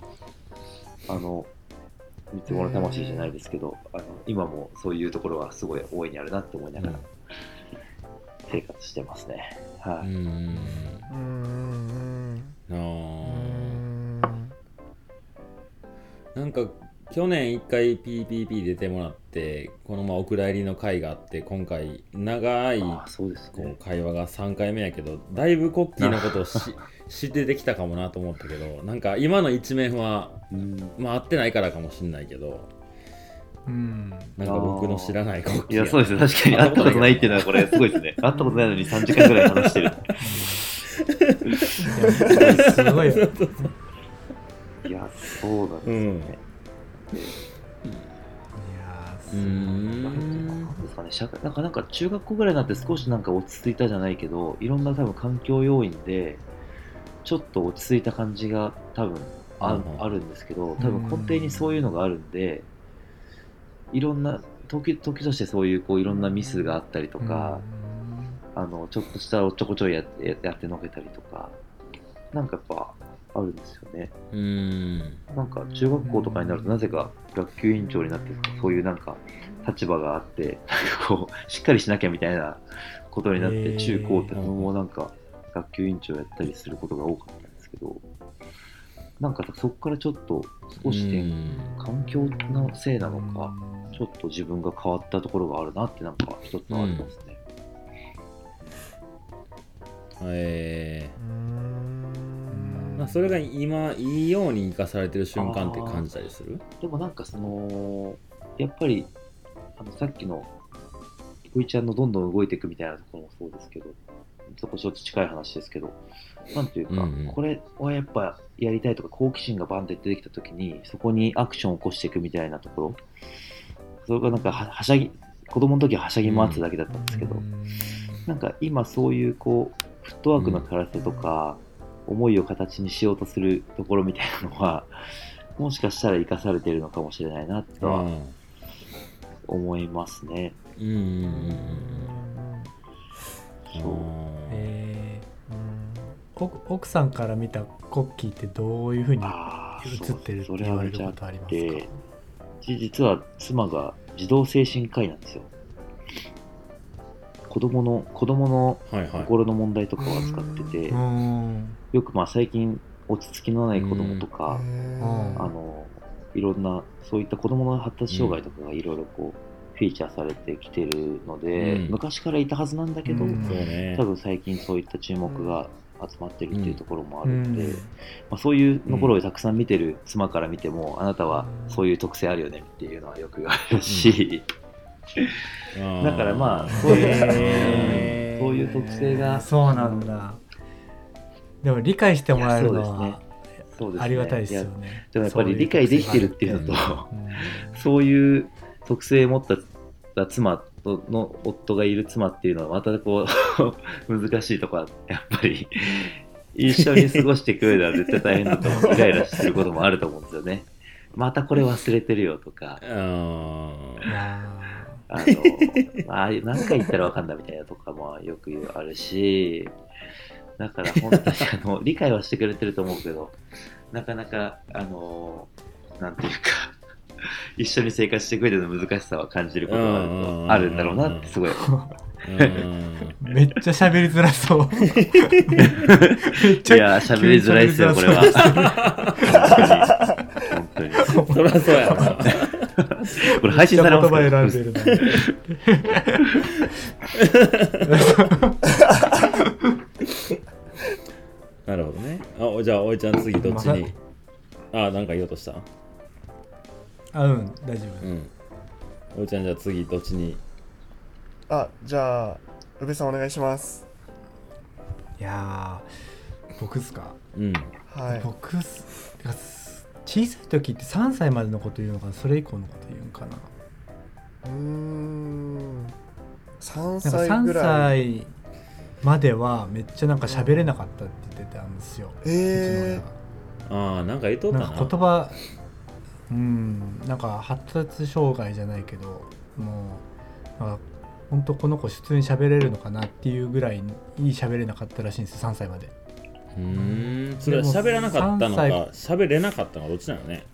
三つ子の魂じゃないですけど今もそういうところはすごい大いにあるなって思いながら生活してますね。 なんか去年1回 PPP 出てもらってこのお蔵入りの会があって、今回長い会話が3回目やけど、だいぶコッキーのことを知ってできたかもなと思ったけど、なんか今の一面は合ってないからかもしんないけど、なんか僕の知らないコッキー。 いやそうですね、確かに会ったことないっていうのはこれすごいですね。会ったことないのに3時間ぐらい話してるすごいよ。 いやそうなんですよね。なんか中学校ぐらいになって少しなんか落ち着いたじゃないけど、いろんな多分環境要因でちょっと落ち着いた感じが多分あるんですけど、多分根底にそういうのがあるんで、いろんな時としてそういういろんなミスがあったりとか、ちょっとしたおっちょこちょいやってのけたりとか、なんかやっぱあるんですよね。なんか中学校とかになるとなぜか学級委員長になってそういうなんか立場があって、なんかこうしっかりしなきゃみたいなことになって、中高ってその後なんか学級委員長やったりすることが多かったんですけど、なんかそこからちょっと少し環境のせいなのか、ちょっと自分が変わったところがあるなってなんか一つありますね。 まあ、それが今いいように生かされてる瞬間って感じたりする？ でもなんかやっぱりさっきのこいちゃんのどんどん動いていくみたいなところもそうですけど、そこちょっと近い話ですけど、なんていうか、これはやっぱやりたいとか好奇心がバンって出てきたときにそこにアクションを起こしていくみたいなところ、それがなんかはしゃぎ、子供の時ははしゃぎ回ってただけだったんですけど、なんか今そういうこうフットワークの軽さとか、思いを形にしようとするところみたいなのはもしかしたら生かされているのかもしれないなとは思いますね。 奥さんから見たコッキーってどういうふうに映ってるって言われることありますか？ 実は妻が児童精神科医なんですよ。子供の心の問題とかを扱ってて、よくまあ最近落ち着きのない子供とか、いろんなそういった子供の発達障害とかがいろいろこうフィーチャーされてきてるので、昔からいたはずなんだけど、多分最近そういった注目が集まってるっていうところもあるので、まあ、そういうところをたくさん見てる妻から見ても、あなたはそういう特性あるよねっていうのはよく言われるし、だからまあそういう特性がそうなんだ。でも理解してもらえるのはありがたいですよね。 でもやっぱり理解できてるっていうのと、そういう特性を持った妻の夫がいる妻っていうのはまたこう難しいところはやっぱり一緒に過ごしていく上では絶対大変だと思う。イライラすることもあると思うんですよね。またこれ忘れてるよとか、何回言ったら分かんだみたいなとかもよくあるし、だから本当に理解はしてくれてると思うけど、なかなかなんていうか一緒に生活していく上での難しさは感じることがあるんだろうなってすごいめっちゃ喋りづらそう。いや喋りづらいですよこれは。本当にそりゃそうやな。 これ配信されますか？ 言葉選んでるなるほどね。じゃあおいちゃん次どっちに、なんか言おうとした？ 大丈夫。 おいちゃんじゃあ次どっちに？ じゃあ宇部さんお願いします。 いや僕っすか？ はい。 僕小さい時って3歳までのこと言うのかな、それ以降のこと言うんかな。 3歳ぐらい。 3歳まではめっちゃなんか喋れなかったって言ってたんですよ。 なんか言っとったな。 なんか言葉なんか発達障害じゃないけど、もうなんか本当この子普通に喋れるのかなっていうぐらいいい喋れなかったらしいんですよ、3歳まで。 それは喋らなかったのか喋れなかったのかどっちなのね。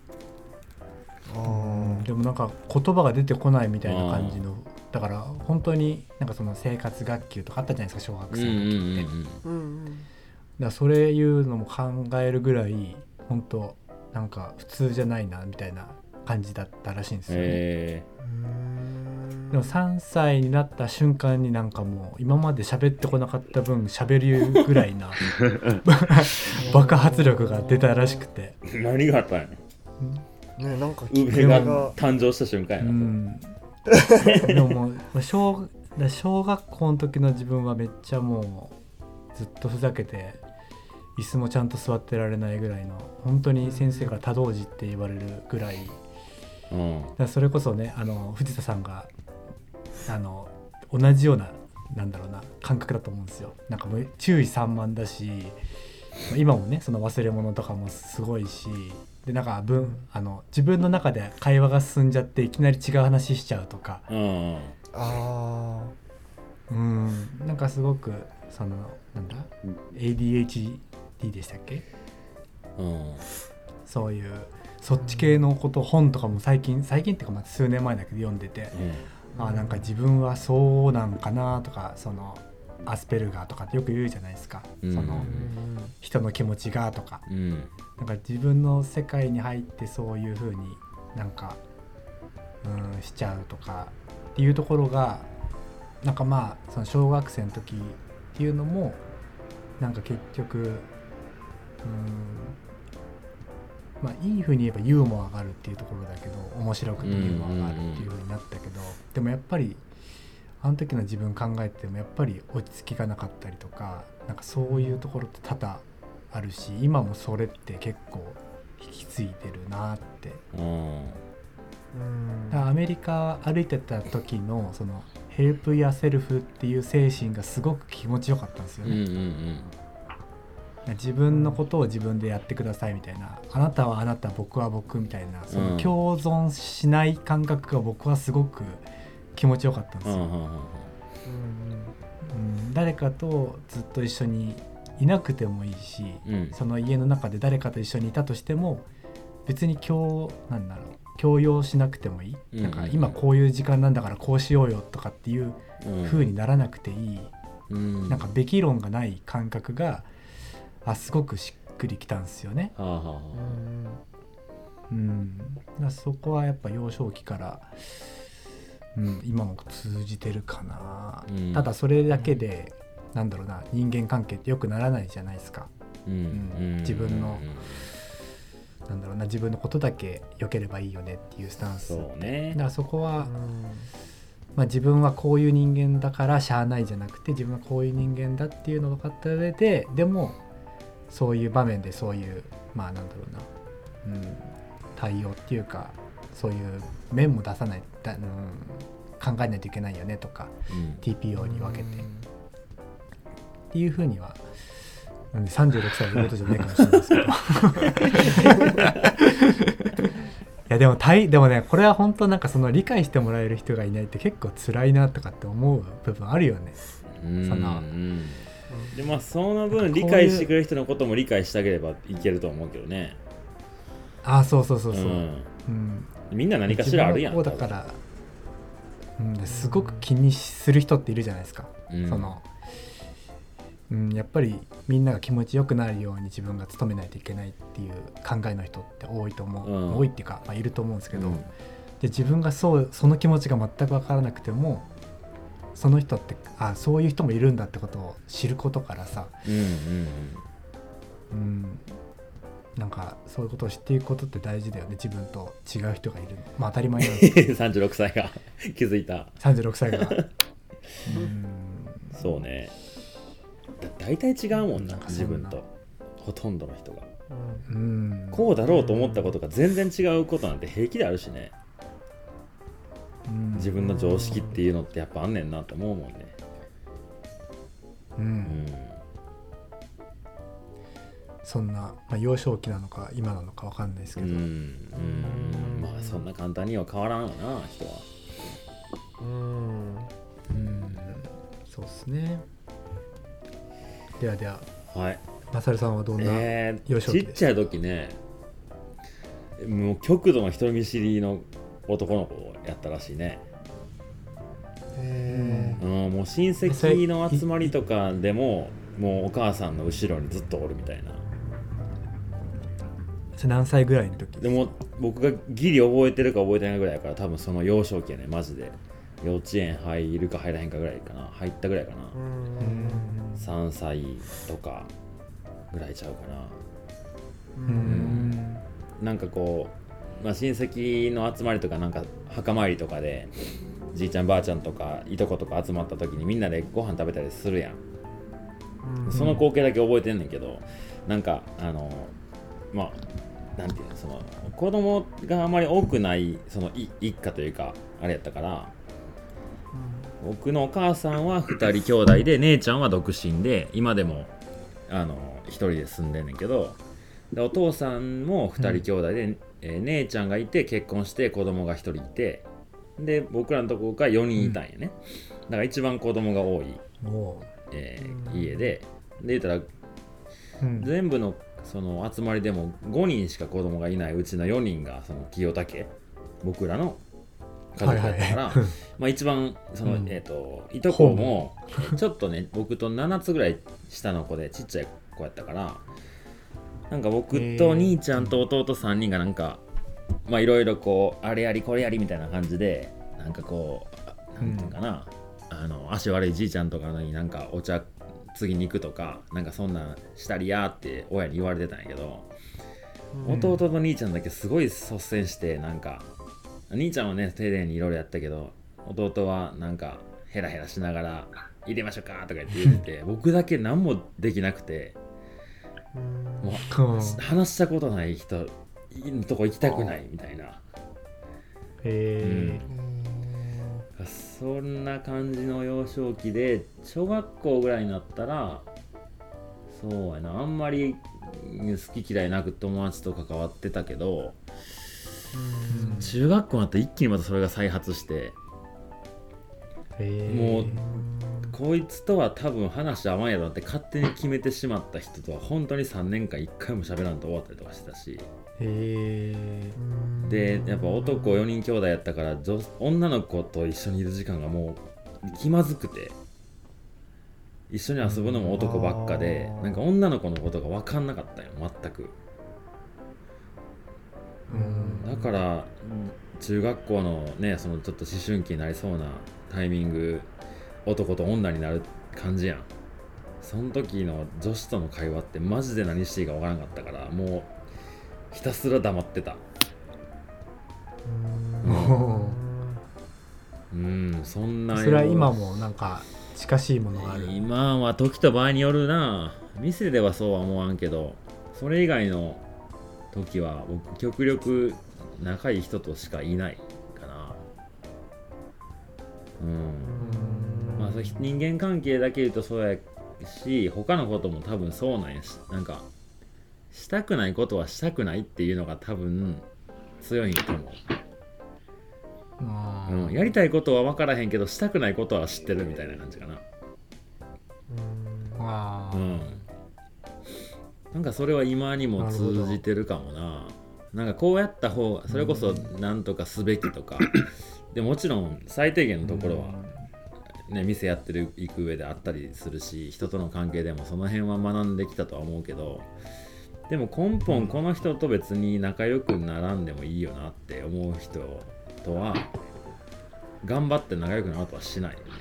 でもなんか言葉が出てこないみたいな感じの、だから本当になんかその生活学級とかあったじゃないですか、小学生の時って。だからそれいうのも考えるぐらい本当なんか普通じゃないなみたいな感じだったらしいんですよね。でも3歳になった瞬間になんかもう今まで喋ってこなかった分喋るぐらいな爆発力が出たらしくて。 何があったんやね、なんか宇部が誕生した瞬間やな。 でももう小学校の時の自分はめっちゃもうずっとふざけて椅子もちゃんと座ってられないぐらいの、本当に先生から多動児って言われるぐらい、だからそれこそね藤田さんが同じようななんだろうな感覚だと思うんですよ。なんかもう注意散漫だし、今もねその忘れ物とかもすごいし、でなんか自分の中で会話が進んじゃっていきなり違う話しちゃうとか、なんかすごくなんだ ADHD でしたっけ、そういうそっち系のこと本とかも最近っていうか数年前だけど読んでて、なんか自分はそうなんかなとか、 アスペルガーとかってよく言うじゃないですか、 うんその人の気持ちがとか、 うんなんか自分の世界に入ってそういう風になんかしちゃうとかっていうところがなんかまあその小学生の時っていうのもなんか結局まあいい風に言えばユーモアがあるっていうところだけど面白くてユーモアがあるっていう風になったけど、でもやっぱりあの時の自分考えてもやっぱり落ち着きがなかったりとか、なんかそういうところって多々あるし、今もそれって結構引き継いでるなって。だからアメリカ歩いてた時のそのヘルプやセルフっていう精神がすごく気持ちよかったんですよね。自分のことを自分でやってくださいみたいな、あなたはあなた僕は僕みたいな、その共存しない感覚が僕はすごく気持ちよかったんですよ。誰かとずっと一緒にいなくてもいいし、その家の中で誰かと一緒にいたとしても別に共用しなくてもいい、なんか今こういう時間なんだからこうしようよとかっていう風にならなくていい、なんかべき論がない感覚がすごくしっくりきたんですよね。そこはやっぱ幼少期から、今も通じてるかな、ただそれだけでなんだろうな、人間関係って良くならないじゃないですか。自分のなんだろうな、自分のことだけ良ければいいよねっていうスタンス。 そうね。 だからそこは、自分はこういう人間だからしゃあないじゃなくて、自分はこういう人間だっていうのが分かった上で、でもそういう場面でそういうなんだろうな、対応っていうかそういう面も出さない、考えないといけないよねとか、TPO に分けてっていうふうには。36歳のことじゃないかもしれないですけどいやでもね、これは本当なんかその理解してもらえる人がいないって結構辛いなとかって思う部分あるよね。 でその分理解してくれる人のことも理解してあげればいけると思うけどね。 そう、 みんな何かしらあるやん。 だから、すごく気にする人っているじゃないですか。そのやっぱりみんなが気持ちよくなるように自分が努めないといけないっていう考えの人って多いと思う、多いっていうか、いると思うんですけど、で自分がその気持ちが全く分からなくても、その人ってそういう人もいるんだってことを知ることからさ、なんかそういうことを知っていくことって大事だよね。自分と違う人がいるの、当たり前なんですけど 36歳が気づいた。 36歳がそうね、大体違うもんな、自分とほとんどの人が、こうだろうと思ったことが全然違うことなんて平気であるしね。自分の常識っていうのってやっぱあんねんなと思うもんね。 そんな、幼少期なのか今なのか分かんないですけど、 そんな簡単には変わらんわな、人は。 そうですね。では、 はい、 マサルさんはどんな幼少期ですか？ ちっちゃい時ね、もう極度の人見知りの男の子をやったらしいね。もう親戚の集まりとかでももうお母さんの後ろにずっとおるみたいな。 それ何歳ぐらいの時でも僕がギリ覚えてるか覚えてないぐらいやから、多分その幼少期やね、マジで。幼稚園入るか入らへんかぐらいかな、入ったぐらいかな。3歳とかぐらいちゃうかな。なんかこう、親戚の集まりとか、なんか墓参りとかでじいちゃんばあちゃんとかいとことか集まった時にみんなでご飯食べたりするやん。その光景だけ覚えてんねんけど、なんかなんていうの、その子供があまり多くないその一家というかあれやったから、僕のお母さんは2人兄弟で、姉ちゃんは独身で今でも1人で住んでんねんけど、でお父さんも2人兄弟で、姉ちゃんがいて結婚して子供が1人いて、で僕らのところが4人いたんやね。だから一番子供が多い、家で言ったら、全部のその集まりでも5人しか子供がいないうちの4人がその清武、僕らの家族だったから、まあ一番その、いとこもちょっとね僕と7つぐらい下の子でちっちゃい子やったから、なんか僕と兄ちゃんと弟3人がなんかまあいろいろこうあれやりこれやりみたいな感じで、なんかこうなんていうかな、足悪いじいちゃんとかになんかお茶次に行くとかなんかそんなんしたりやって親に言われてたんやけど、弟と兄ちゃんだけすごい率先して、なんか兄ちゃんはね丁寧にいろいろやったけど、弟はなんかヘラヘラしながら入れましょうかとか言ってて僕だけ何もできなくて、もう話したことない人のとこ行きたくないみたいな、そんな感じの幼少期で、小学校ぐらいになったらそうやな、あんまり好き嫌いなく友達と関わってたけど、中学校になったら一気にまたそれが再発して、もうこいつとは多分話合わんやろって勝手に決めてしまった人とは本当に3年間1回も喋らんと終わったりとかしてたし、でやっぱ男4人兄弟やったから女の子と一緒にいる時間がもう気まずくて、一緒に遊ぶのも男ばっかで、なんか女の子のことが分かんなかったよ全く。だから中学校のね、そのちょっと思春期になりそうなタイミング、男と女になる感じやん。その時の女子との会話ってマジで何していいか分からなかったから、もうひたすら黙ってた。そんな。 それは今もなんか近しいものがある？ 今は時と場合によるな。店ではそうは思わんけど、それ以外の時は僕極力仲いい人としかいないかな。まあ人間関係だけ言うとそうやし、他のことも多分そうなんやし、なんかしたくないことはしたくないっていうのが多分強いんやと思う。やりたいことは分からへんけどしたくないことは知ってるみたいな感じかな。なんかそれは今にも通じてるかもな。なんかこうやった方がそれこそなんとかすべきとかで、もちろん最低限のところはね、店やってる行く上であったりするし、人との関係でもその辺は学んできたとは思うけど、でも根本この人と別に仲良くならんでもいいよなって思う人とは頑張って仲良くなろうとはしないよね。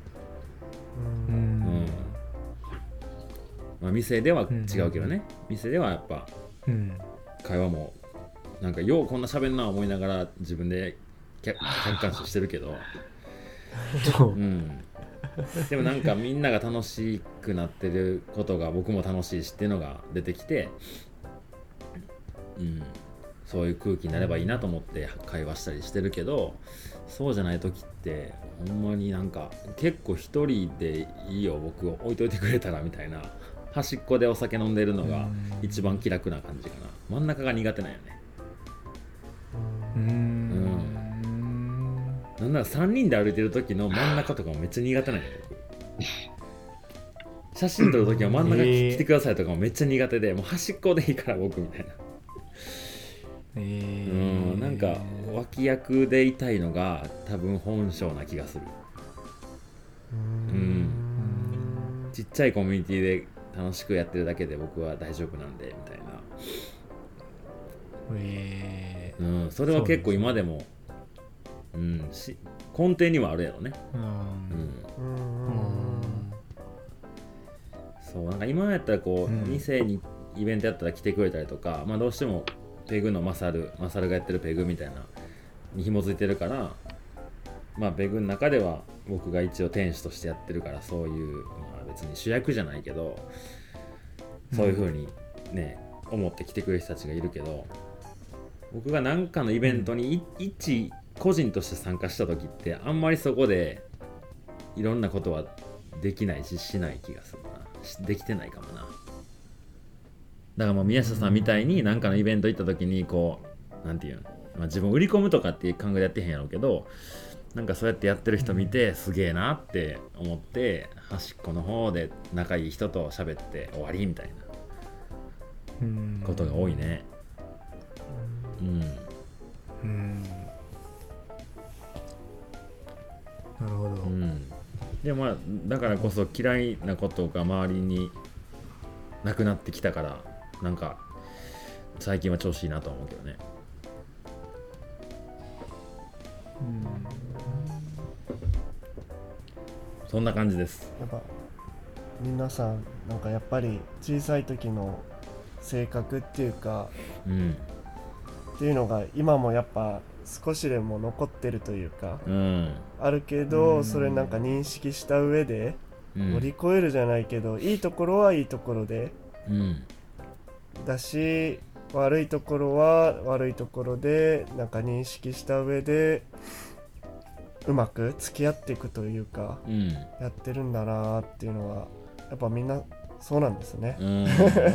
まあ、店では違うけどね、店ではやっぱ会話もなんかようこんな喋んな思いながら自分で客観視してるけどでもなんかみんなが楽しくなってることが僕も楽しいしっていうのが出てきて、そういう空気になればいいなと思って会話したりしてるけど、そうじゃない時ってほんまになんか結構一人でいいよ僕を置いといてくれたらみたいな、端っこでお酒飲んでるのが一番気楽な感じかな。真ん中が苦手なんよね。なんなら3人で歩いてる時の真ん中とかもめっちゃ苦手なんよ僕。写真撮る時は真ん中来てくださいとかもめっちゃ苦手で、もう端っこでいいから僕みたいな。なんか脇役でいたいのが多分本性な気がする。ちっちゃいコミュニティで楽しくやってるだけで僕は大丈夫なんでみたいな。それは結構今でも根底にはあるやろね。そうなんか今やったらこう、店にイベントやったら来てくれたりとか、まあどうしてもペグのマサルがやってるペグみたいなに紐づいてるから、まあペグの中では僕が一応店主としてやってるから、そういう、まあ、別に主役じゃないけどそういう風にね、思って来てくれる人たちがいるけど、僕が何かのイベントに一個人として参加した時ってあんまりそこでいろんなことはできないしない気がするな。できてないかもな。だからもう宮下さんみたいに何かのイベント行った時にこうなんていうの、まあ、自分売り込むとかっていう考えでやってへんやろうけど、なんかそうやってやってる人見てすげえなって思って端っこの方で仲いい人と喋って終わりみたいなことが多いね。 なるほど、 うん、でもまあだからこそ嫌いなことが周りになくなってきたから、なんか最近は調子いいなと思うけどね。そんな感じです。 やっぱ皆さんなんかやっぱり小さい時の性格っていうか、 うん、 っていうのが今もやっぱ少しでも残ってるというか、 うん、 あるけど、それなんか認識した上で乗り越えるじゃないけど、いいところはいいところで、 うん、 だし悪いところは悪いところでなんか認識した上でうまく付き合っていくというか、 うん、 やってるんだなっていうのはやっぱみんなそうなんですね。 うん。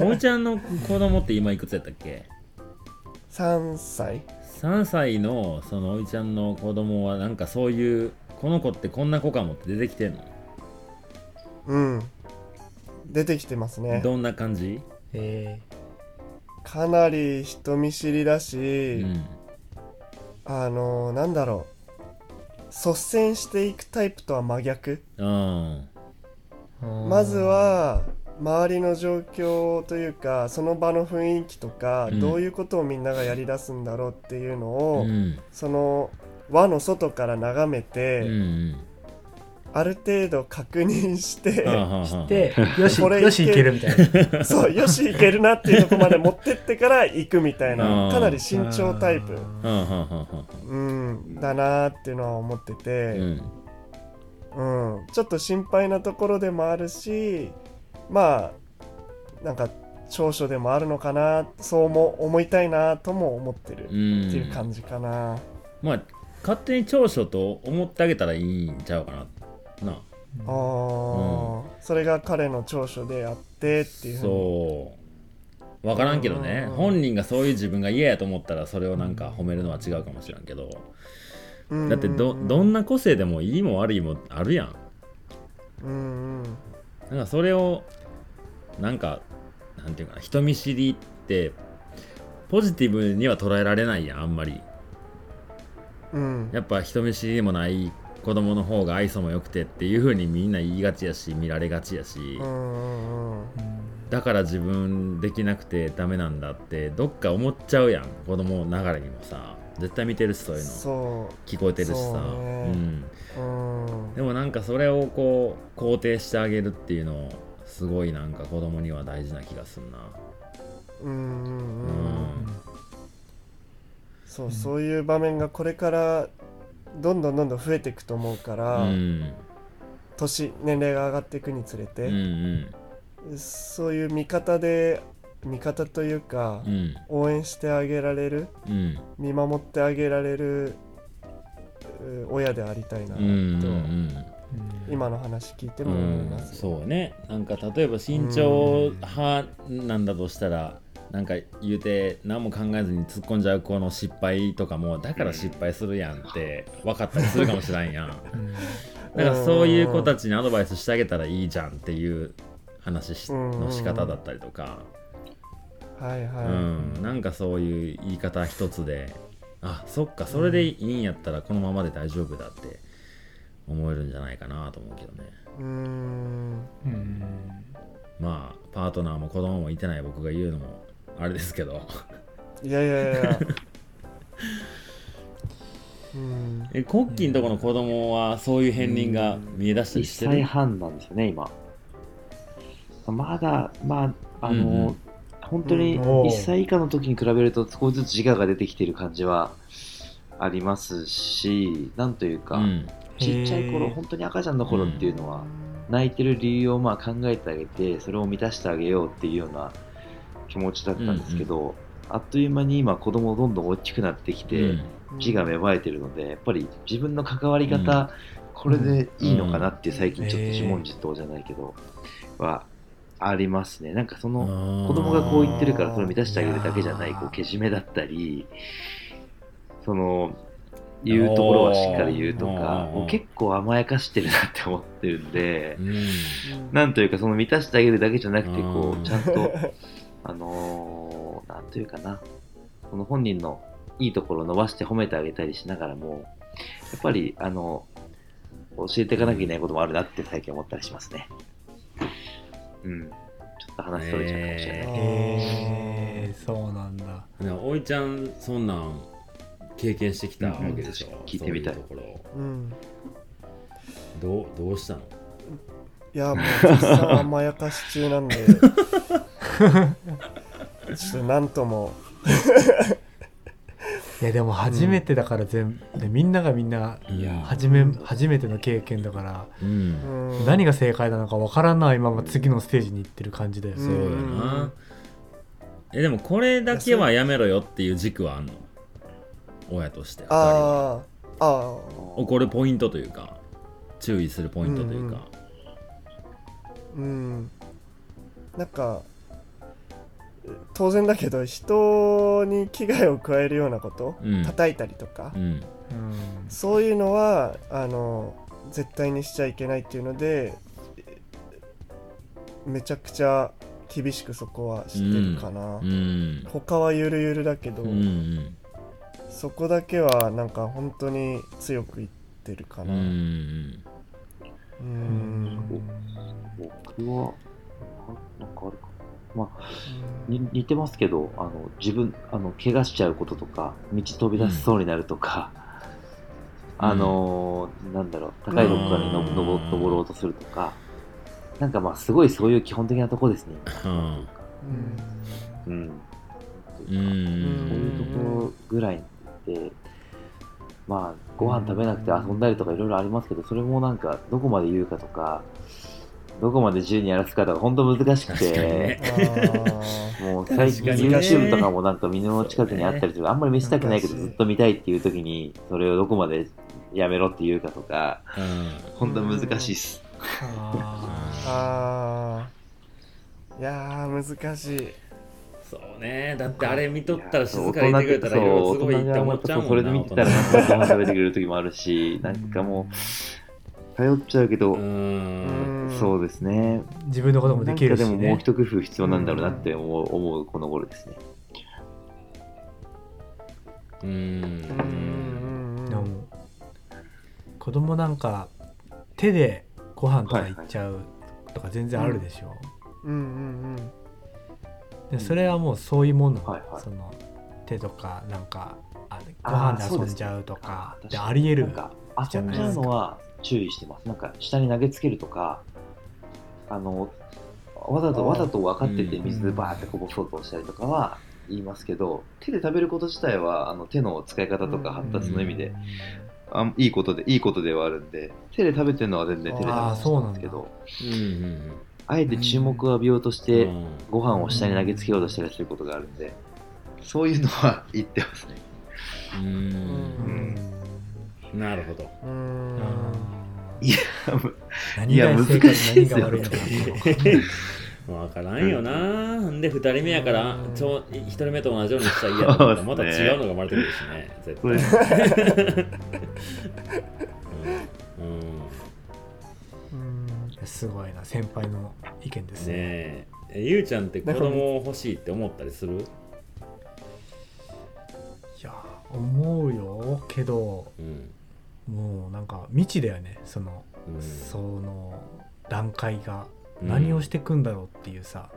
おいちゃんの子供って今いくつやったっけ 3歳。 3歳のそのおいちゃんの子供はなんかそういうこの子ってこんな子かもって出てきてんの？ うん、出てきてますね。 どんな感じ？ かなり人見知りだし、 うん、 なんだろう、率先していくタイプとは真逆。まずは周りの状況というかその場の雰囲気とか、どういうことをみんながやりだすんだろうっていうのを、その輪の外から眺めて、ある程度確認してよしいけるみたいなそうよしいけるなっていうところまで持ってってから行くみたいな、かなり慎重タイプだなっていうのは思ってて、ちょっと心配なところでもあるし、まあなんか長所でもあるのかな、そうも思いたいなとも思ってるっていう感じかな。 まあ勝手に長所と思ってあげたらいいんちゃうかな。 それが彼の長所であってっていう。 そう分からんけどね、本人がそういう自分が嫌やと思ったらそれをなんか褒めるのは違うかもしれんけど、だってどんな個性でもいいも悪いもあるやん。なんかそれをなんかなんていうかな、人見知りってポジティブには捉えられないやん、あんまり。やっぱ人見知りでもない子供の方が愛想も良くてっていう風にみんな言いがちやし、見られがちやし、だから自分できなくてダメなんだってどっか思っちゃうやん、子供ながらにもさ。絶対見てるし、そういうの聞こえてるしさ、でもなんかそれをこう肯定してあげるっていうのをすごいなんか子供には大事な気がするな。 そういう場面がこれからどんどん増えていくと思うから、年齢が上がっていくにつれて、そういう味方というか、応援してあげられる、見守ってあげられる親でありたいなと、今の話聞いても思います。 そうね、なんか例えば慎重派なんだとしたら、なんか言うて何も考えずに突っ込んじゃう子の失敗とかも、だから失敗するやんって分かったりするかもしれんやん。だからそういう子たちにアドバイスしてあげたらいいじゃんっていう話の仕方だったりとか、なんかそういう言い方一つで、あ、そっか、それでいいんやったらこのままで大丈夫だって思えるんじゃないかなと思うけどね。まあパートナーも子供もいてない僕が言うのもあれですけどいやコッキーのとこの子供はそういう片鱗が見え出したりしてる？ 1歳半なんですよね今。まだ本当に1歳以下の時に比べると少しずつ自我が出てきている感じはありますし、なんというか、ちっちゃい頃、本当に赤ちゃんの頃っていうのは、泣いてる理由を考えてあげて、それを満たしてあげようっていうような気持ちだったんですけど、あっという間に今子供どんどん大きくなってきて、自我芽生えてるので、やっぱり自分の関わり方、これでいいのかなって最近ちょっと自問自答じゃないけど、はありますね。なんかその子供がこう言ってるからそれを満たしてあげるだけじゃない、こうけじめだったり、その言うところはしっかり言うとか、もう結構甘やかしてるなって思ってるんで、なんというかその満たしてあげるだけじゃなくて、こうちゃんとなんというかな、この本人のいいところを伸ばして褒めてあげたりしながらも、やっぱり教えていかなきゃいけないこともあるなって最近思ったりしますね。うん。ちょっと話それちゃうかもしれない。 そうなんだ。 おいちゃんそんなん経験してきたわけでしょ、 聞いてみたい。 そういうところうん、 どうしたの？ いやもう実際はまやかし中なんでちょっとなんともいやでも初めてだからでみんながみんな初めての経験だから、何が正解なのかわからないまま次のステージに行ってる感じだよね。 そうやな。でもこれだけはやめろよっていう軸はあんの？親として怒るポイントというか注意するポイントというか、 なんか当然だけど人に危害を加えるようなこと、叩いたりとか、そういうのは絶対にしちゃいけないっていうのでめちゃくちゃ厳しくそこはしてるかな、他はゆるゆるだけど、そこだけはなんか本当に強く言ってるかな。 僕はなんかあるかな。まあ、似てますけど、自分怪我しちゃうこととか道飛び出しそうになるとか、なんだろう、高いとこから登ろうとするとか、なんかまあすごいそういう基本的なとこですね。そういうところぐらいで、まあご飯食べなくて遊んだりとかいろいろありますけど、それもなんかどこまで言うかとかどこまで自由にやらすかとか本当難しくて、もう最近 YouTube とかもなんか身の近くにあったりとか、あんまり見せたくないけどずっと見たいっていう時にそれをどこまでやめろって言うかとか、本当難しいっす。 いやー難しい。 そうね、だってあれ見とったら静かにいてくれたらいろいろすごいって思っちゃうもんな。 それで見てたらなんかご飯食べてくれる時もあるし、なんかもう頼っちゃうけど、そうですね。 自分のこともできるし、ね、 でももう一工夫必要なんだろうなって思うこの頃ですね。 でも子供なんか手でご飯とかいっちゃうとか全然あるでしょ。でそれはもうそういうもの、その手とかなんかご飯で遊んじゃうとかでありえるじゃないですか。 遊んじゃうのは注意してます。なんか下に投げつけるとか、わざと分かってて水バーってこぼそうとしたりとかは言いますけど、手で食べること自体は手の使い方とか発達の意味でいいことではあるんで、手で食べてるのは全然手で食べてるんですけど、あえて注目を浴びようとしてご飯を下に投げつけようとしたりすることがあるんで、そういうのは言ってますね。 なるほど。 いや難しいですよね。 分からんよな。で2人目やから1人目と同じようにしたら嫌だったらまた違うのが生まれてくるしね、絶対。 すごいな、先輩の意見ですね。 ゆうちゃんって子供欲しいって思ったりする？いや思うよけど、もうなんか未知だよね、その段階が何をしてくんだろうっていうさ、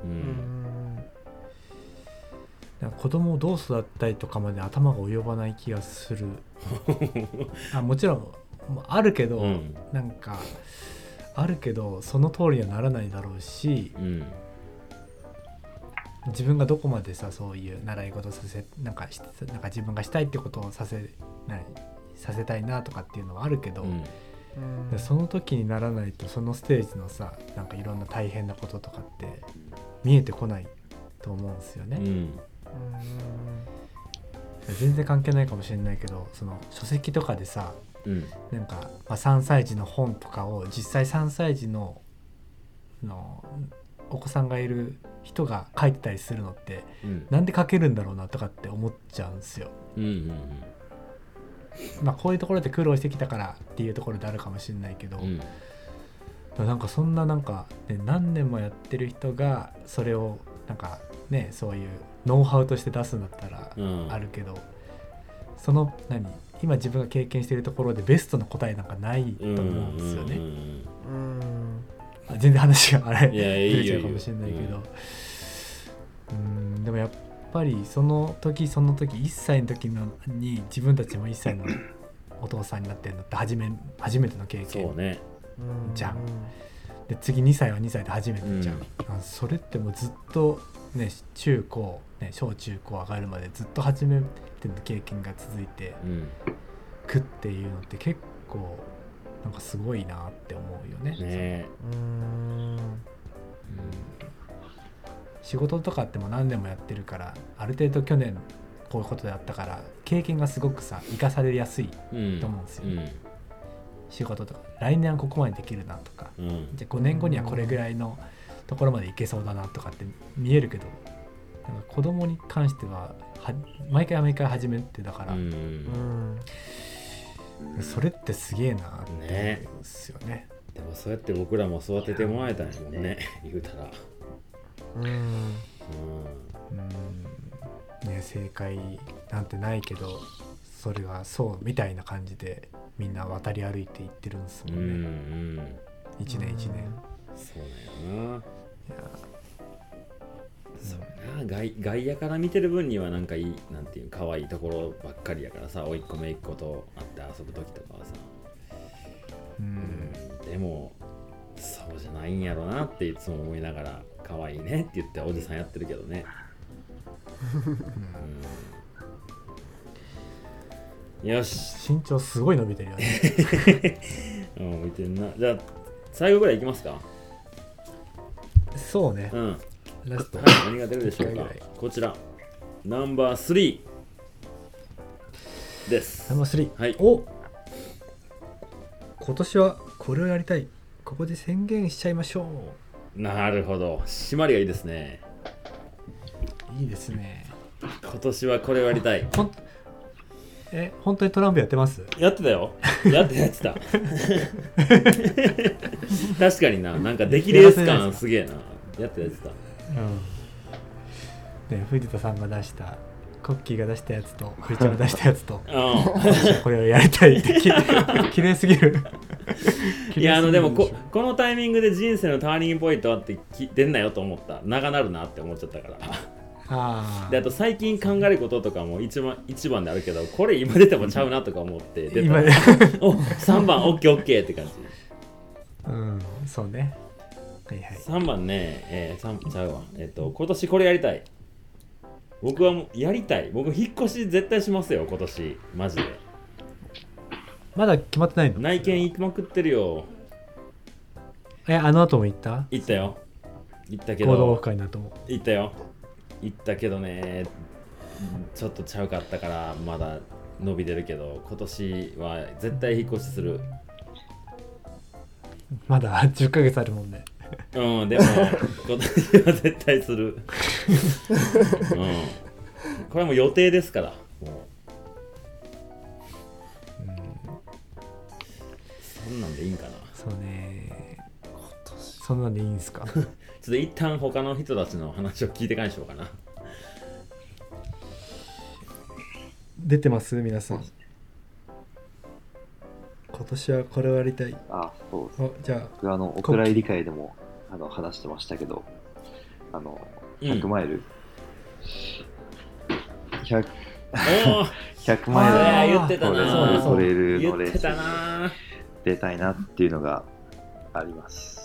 なんか子供をどう育ったりとかまで頭が及ばない気がする。もちろんあるけど、なんかあるけどその通りにはならないだろうし、自分がどこまでさそういう習い事させなんか自分がしたいってことをさせたいなとかっていうのはあるけど、その時にならないとそのステージのさなんかいろんな大変なこととかって見えてこないと思うんですよね。全然関係ないかもしれないけど、その書籍とかでさ、なんか、3歳児の本とかを実際3歳児のお子さんがいる人が書いてたりするのって、なんで書けるんだろうなとかって思っちゃうんですよ。こういうところで苦労してきたからっていうところであるかもしれないけど、なんかそんななんか、何年もやってる人がそれをなんかそういうノウハウとして出すんだったらあるけど、その今自分が経験しているところでベストな答えなんかないと思うんですよね。全然話がずれちゃうかもしれないけど、でもやっぱりその時1歳の時に自分たちも1歳のお父さんになってるのって初めての経験そうねじゃん。で次2歳は2歳で初めてじゃん、それってもうずっとね中高、ね、小中高上がるまでずっと初めての経験が続いてくっていうのって結構なんかすごいなって思うよね。仕事とかっても何年もやってるからある程度去年こういうことであったから経験がすごくさ生かされやすいと思うんですよ、仕事とか来年はここまでできるなとか、じゃあ5年後にはこれぐらいのところまでいけそうだなとかって見えるけど、なんか子供に関しては毎回初めてだから、それってすげえなって思うんですよね。 でもそうやって僕らも育ててもらえたんやもんね言うたら。 ね、正解なんてないけどそれがそうみたいな感じでみんな渡り歩いていってるんですもんね。一年一年。 そうだよな。そうな、外野から見てる分にはなんかいいなんていう可愛いところばっかりやからさ、甥っ子姪っ子と会って遊ぶ時とかはさ、でもそうじゃないんやろなっていつも思いながら可愛いねって言っておじさんやってるけどね。よし、 身長すごい伸びてるよね。 伸びてんな。じゃあ最後ぐらいいきますか。 そうね、ラスト、 何が出るでしょうか。こちらナンバー3です。 ナンバー3、 はい。 お、今年はこれをやりたい、ここで宣言しちゃいましょう。なるほど、締まりがいいですね。 いいですね。 今年はこれをやりたい。 本当にトランプやってます？ やってたよ。やってた。確かにな、なんか出来レース感すげえな。やってた。 ね、藤田さんが出したコッキーが出したやつと藤ちゃんが出したやつとこれをやりたいって綺麗すぎる。 いやでもこのタイミングで人生のターニングポイントあって出んなよと思った。長なるなって思っちゃったから。であと最近考えることとかも一番であるけど、これ今出てもちゃうなとか思って出た。お、3番オッケーって感じ。 そうね。はいはい。 3番ね、ちゃうわ。今年これやりたい。僕はもうやりたい。僕引っ越し絶対しますよ今年、マジで。 まだ決まってないの？ 内見行きまくってるよ。 あの後も行った？ 行ったよ。行ったけど。 合同オフ会の後も。 行ったよ。行ったけどね、ちょっとちゃうかったからまだ伸びてるけど、今年は絶対引っ越しする。 まだ10ヶ月あるもんね。 でも今年は絶対する。これはもう予定ですから。もうそんなんでいいんかな。 そうね。そんなんでいいんすか。 ちょっと一旦他の人たちの話を聞いてからにしようかな。 出てます皆さん。今年はこれをやりたい。 そうです。 じゃあ僕お蔵入り会でも話してましたけど、100マイル、100マイル言ってたな。 トレイルのレースに出たいなっていうのがあります。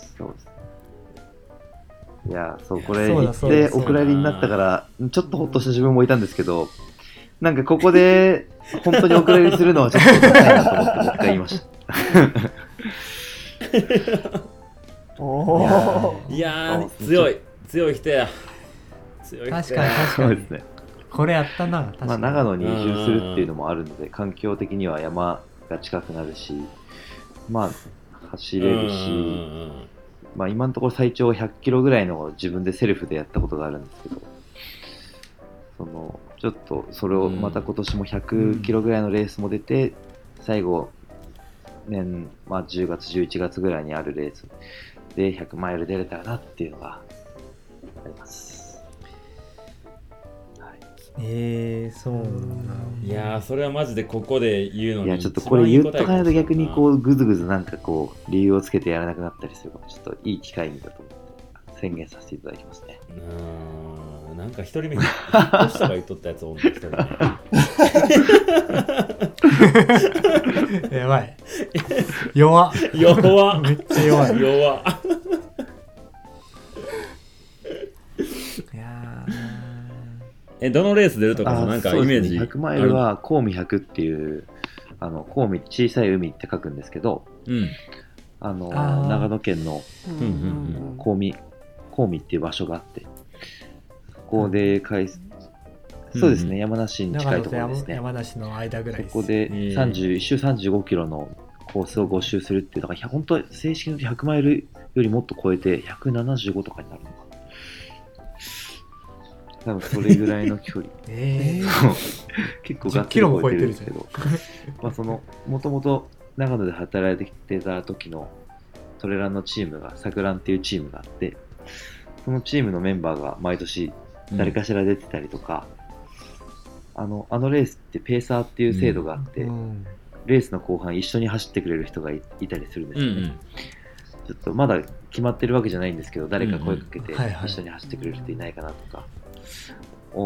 そうです。いや、これ行ってお蔵入りになったからちょっとほっとした自分もいたんですけど、なんかここで本当にお蔵入りするのはちょっと高いなと思ってもう一回言いました。 いや強い人や。 確かにそうですね。これやったな。 長野に移住するっていうのもあるので、環境的には山が近くなるし、走れるし、今のところ最長100キロぐらいの自分でセルフでやったことがあるんですけど、ちょっとそれをまた今年も100キロぐらいのレースも出て、最後10月11月ぐらいにあるレースで100マイル出れたらなっていうのがあります。 そうなんだ。 いやーそれはマジでここで言うのにいや、ちょっとこれ言っとかないと逆にこう、ぐずぐずなんかこう、理由をつけてやらなくなったりするから、ちょっといい機会にだと思って宣言させていただきますね。 なんか一人目引っ越したが言っとったやつおんねん一人目やばい。弱っ。 弱っめっちゃ弱い。 弱っいやどのレース出るとかさなんかイメージ 100マイルはコウミ100っていうコウミ小さい海って書くんですけど、 うん長野県のうんコウミっていう場所があって、そこでそうですね、山梨に近いところですね。 山梨の間ぐらいです。 そこで1周35キロのコースを5周するっていうのが、本当は正式に100マイルよりもっと超えて175とかになるのかな。多分それぐらいの距離。結構ガッツリ超えてるんですけど、まあもともと長野で働いてきてた時のトレランのチームが、サクランっていうチームがあって、そのチームのメンバーが毎年誰かしら出てたりとか、レースってペーサーっていう制度があって、レースの後半一緒に走ってくれる人がいたりするんですよね。ちょっとまだ決まってるわけじゃないんですけど、誰か声かけて一緒に走ってくれる人いないかなとか。 い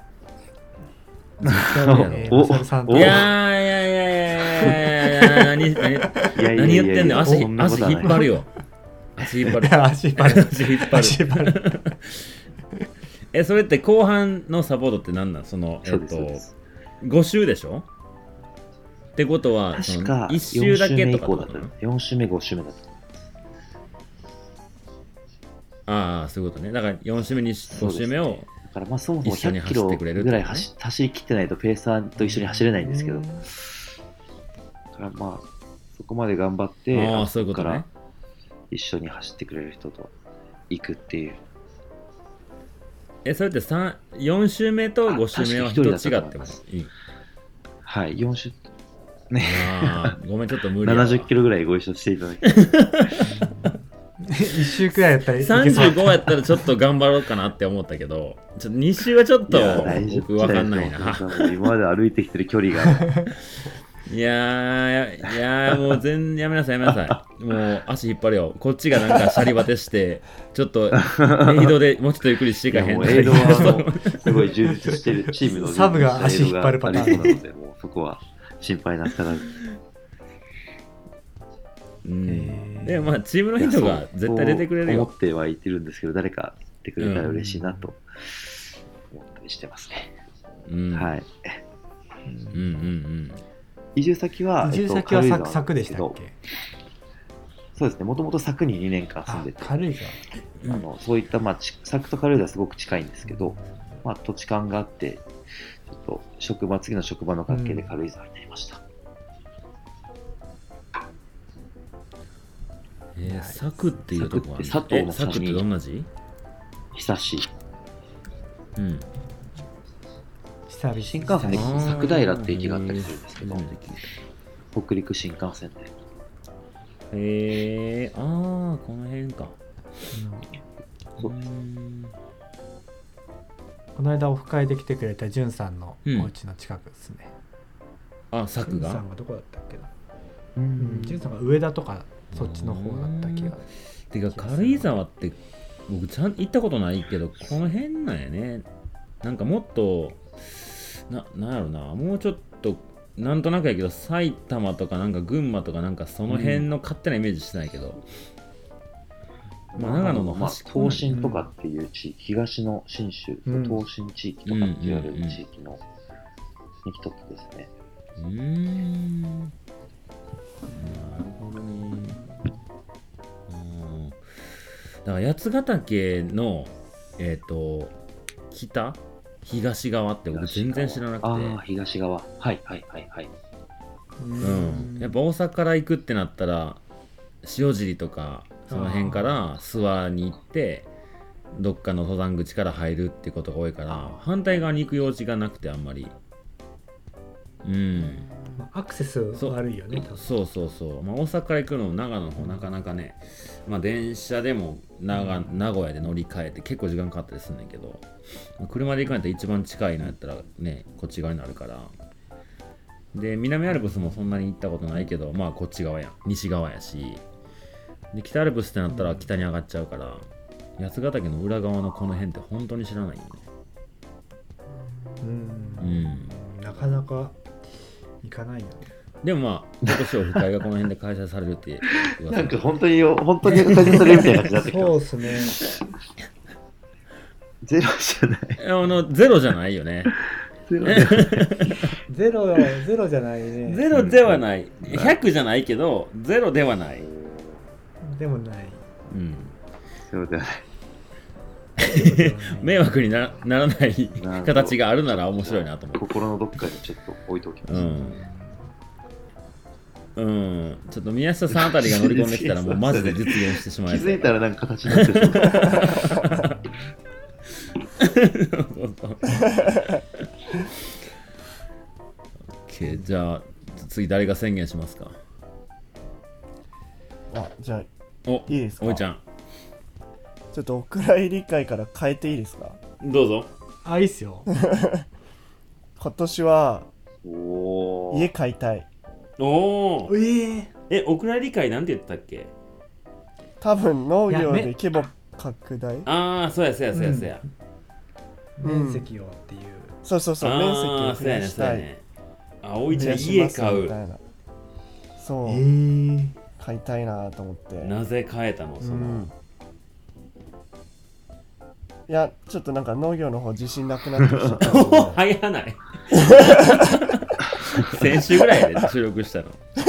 や何言ってんの。足引っ張るよ。足引っ張る。それって後半のサポートって何なん？5周でしょ？ってことは確か 1周だけとか 4周目5周目だった。 ああそういうことね。だから4周目に5周目をだからそもそも100キロぐらい走りきってないとペーサーと一緒に走れないんですけど、だからそこまで頑張ってそこから一緒に走ってくれる人と行くっていう。 それって4周目と5周目は人違ってもいい？ はい、4周ね。ごめんちょっと無理やわ。 70キロぐらいご一緒していただいて 1周くらいやったら 35やったらちょっと頑張ろうかなって思ったけど、2周はちょっと僕分かんないな。 今まで歩いてきてる距離がいやもうやめなさい。もう足引っ張るよ。こっちがなんかシャリバテしてちょっとエイドでもうちょっとゆっくりしていかへん。 エイドはすごい充実してるチームのサブが足引っ張るパターンなので、もうそこは心配なったらでもチームの人が絶対出てくれるよ。 思ってはいてるんですけど、誰か来てくれたら嬉しいなと思ったりしてますね。はい。移住先は佐久でしたっけ？ そうですね、もともと佐久に2年間住んでて、 軽井沢そういった佐久と軽井沢はすごく近いんですけど、土地勘があって、ちょっと次の職場の関係で軽井沢になりました。 佐久っていうとこは佐藤の佐久ってどんな字？ 久しい。新幹線で佐久平って駅があったりするんですけど、北陸新幹線で。 この辺か。 この間オフ会で来てくれたじゅんさんのお家の近くですね。 佐久が？ じゅんさんがどこだったっけな。じゅんさんが上田とかそっちの方だった気が。 てか軽井沢って僕行ったことないけどこの辺なんやね。なんかもっとなんやろな、もうちょっとなんとなくやけど埼玉とかなんか群馬とかなんかその辺の勝手なイメージしてないけど、長野の端っこ東進とかっていう地域、東の信州、東進地域とかって言われる地域の一つですね。 なるほどね。だから八ヶ岳の東側って僕全然知らなくて。 東側。はい。 やっぱ大阪から行くってなったら塩尻とかその辺から諏訪に行ってどっかの登山口から入るってことが多いから反対側に行く用事がなくてあんまり。 アクセス悪いよね。 そう、大阪から行くのも長野の方なかなかね、電車でも名古屋で乗り換えて結構時間かかったりするんだけど、 車で行くんやったら一番近いのやったらねこっち側になるから。で南アルプスもそんなに行ったことないけどまあこっち側や西側やし、で北アルプスってなったら北に上がっちゃうから、八ヶ岳の裏側のこの辺って本当に知らないよね。 なかなか行かないよね。 でもまあ今年オフ会がこの辺で開催されるってなんか本当に開催されるみたいな感じになってきた。 そうですね。 ゼロじゃない。 ゼロじゃないよね。 ゼロじゃないね。 ゼロではない。100じゃないけどゼロではない。 でもない。 そうではない。 迷惑にならない形があるなら面白いなと思って。 心のどっかにちょっと置いておきます。 ちょっと宮下さんあたりが乗り込んできたらもうマジで実現してしまい気づいたらなんか形になってる。 OK、じゃあ次誰が宣言しますか。 じゃあいいいですか。 おいちゃんちょっとお蔵入り会から変えていいですか。 どうぞ。 いいっすよ。 今年はお家買いたい。 おお蔵入り会なんて言ってたっけ。 多分農業で規模拡大。 そうや面積をっていう。 そう面積を増やしたい。 おいちゃん家買う。 そう、買いたいなと思って。 なぜ買えたのその、 いやちょっとなんか農業の方自信なくなってきちゃった早ない先週ぐらいで収録したの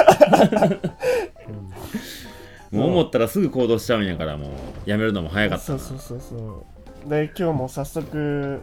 もう思ったらすぐ行動しちゃうんやから、もうやめるのも早かったな。 そうで今日も早速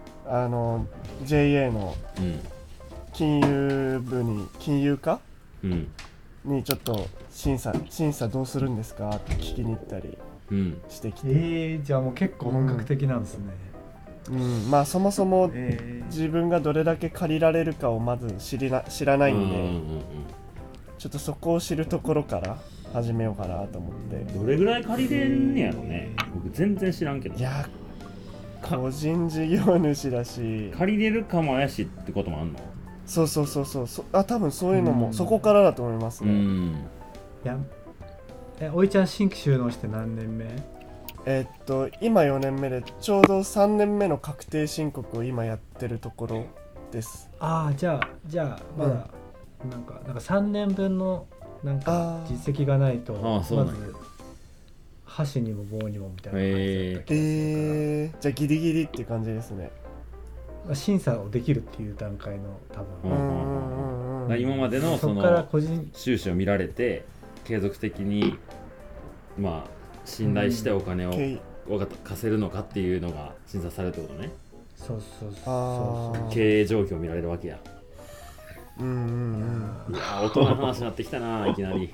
JA の金融課、にちょっと審査どうするんですかって聞きに行ったりしてきて、 じゃあもう結構本格的なんですね。 まあそもそも自分がどれだけ借りられるかをまず知らないんで、ちょっとそこを知るところから始めようかなと思って。 どれぐらい借りれんねやろね。僕全然知らんけど。 いや個人事業主だし借りれるかも怪しいってこともあんの。 そう多分そういうのもそこからだと思いますね。 いやおいちゃん新規収納して何年目？ 今4年目でちょうど3年目の確定申告を今やってるところです。 じゃあまだなんか3年分のなんか実績がないとまず箸にも棒にもみたいな感じだった気がするから。 じゃあギリギリっていう感じですね。 審査をできるっていう段階の多分、 今までのその収支を見られて継続的にまあ信頼してお金を貸せるのかっていうのが審査されるってことね。 そう経営状況を見られるわけや。いや大人の話になってきたないきなり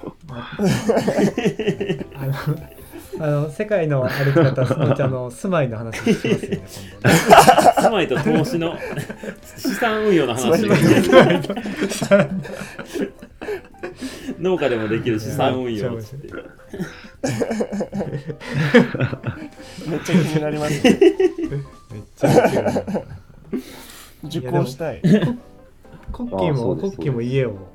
世界の歩き方、住まいの話しますよね今度。 住まいと投資の資産運用の話が農家でもできる資産運用ってめっちゃ気になりますね。 めっちゃ受講したい。 コッキーも家を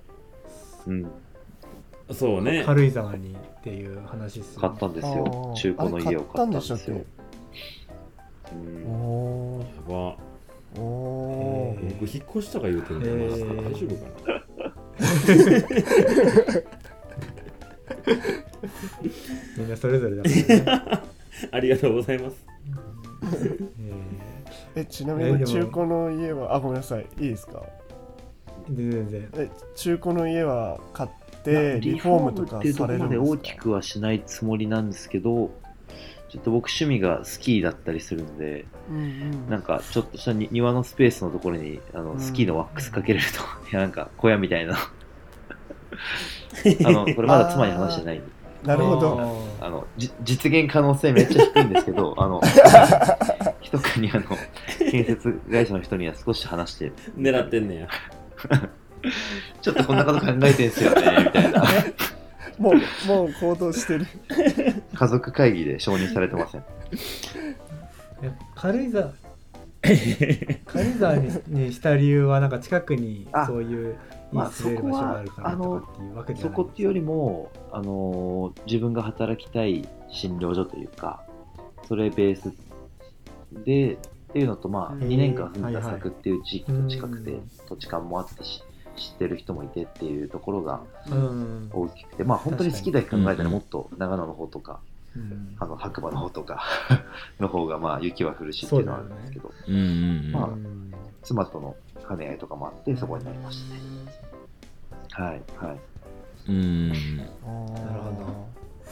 そうね軽井沢にっていう話ですよね。 買ったんですよ。中古の家を買ったんですよ。 やば。僕引っ越しとか言うてるのマジで大丈夫かな。 みんなそれぞれだからね。 ありがとうございます。 ちなみに中古の家はごめんなさい、いいですか。 全然。 中古の家は買ってリフォームとかされるんですか。 リフォームっていうところまで大きくはしないつもりなんですけど、ちょっと僕趣味がスキーだったりするんで、なんかちょっとした庭のスペースのところにスキーのワックスかけれると、いやなんか小屋みたいなこれまだ妻に話してないんで。 なるほど。 実現可能性めっちゃ低いんですけど、密かに建設会社の人には少し話して狙ってんねや。 ちょっとこんなこと考えてんすよねみたいな。 もう行動してる。 家族会議で承認されてません。 軽井沢軽井沢にした理由はなんか近くにあそういういいまあ滑れる場所があるからとかっていうわけじゃそないこっていうよりも、自分が働きたい診療所というか、それベースでっていうのと、まあ、2年間住んだ佐久っていう地域と近くて、土地勘もあって知ってる人もいてっていうところがうん大きくて、まあ本当に好きだけ考えたらもっと長野の方とか、 うん白馬の方とかの方がまあ雪は降るしっていうのはあるんですけど、 うんうんまあうん妻との兼ね合いとかもあってそこになりましたね。はいはい。 うんなるほ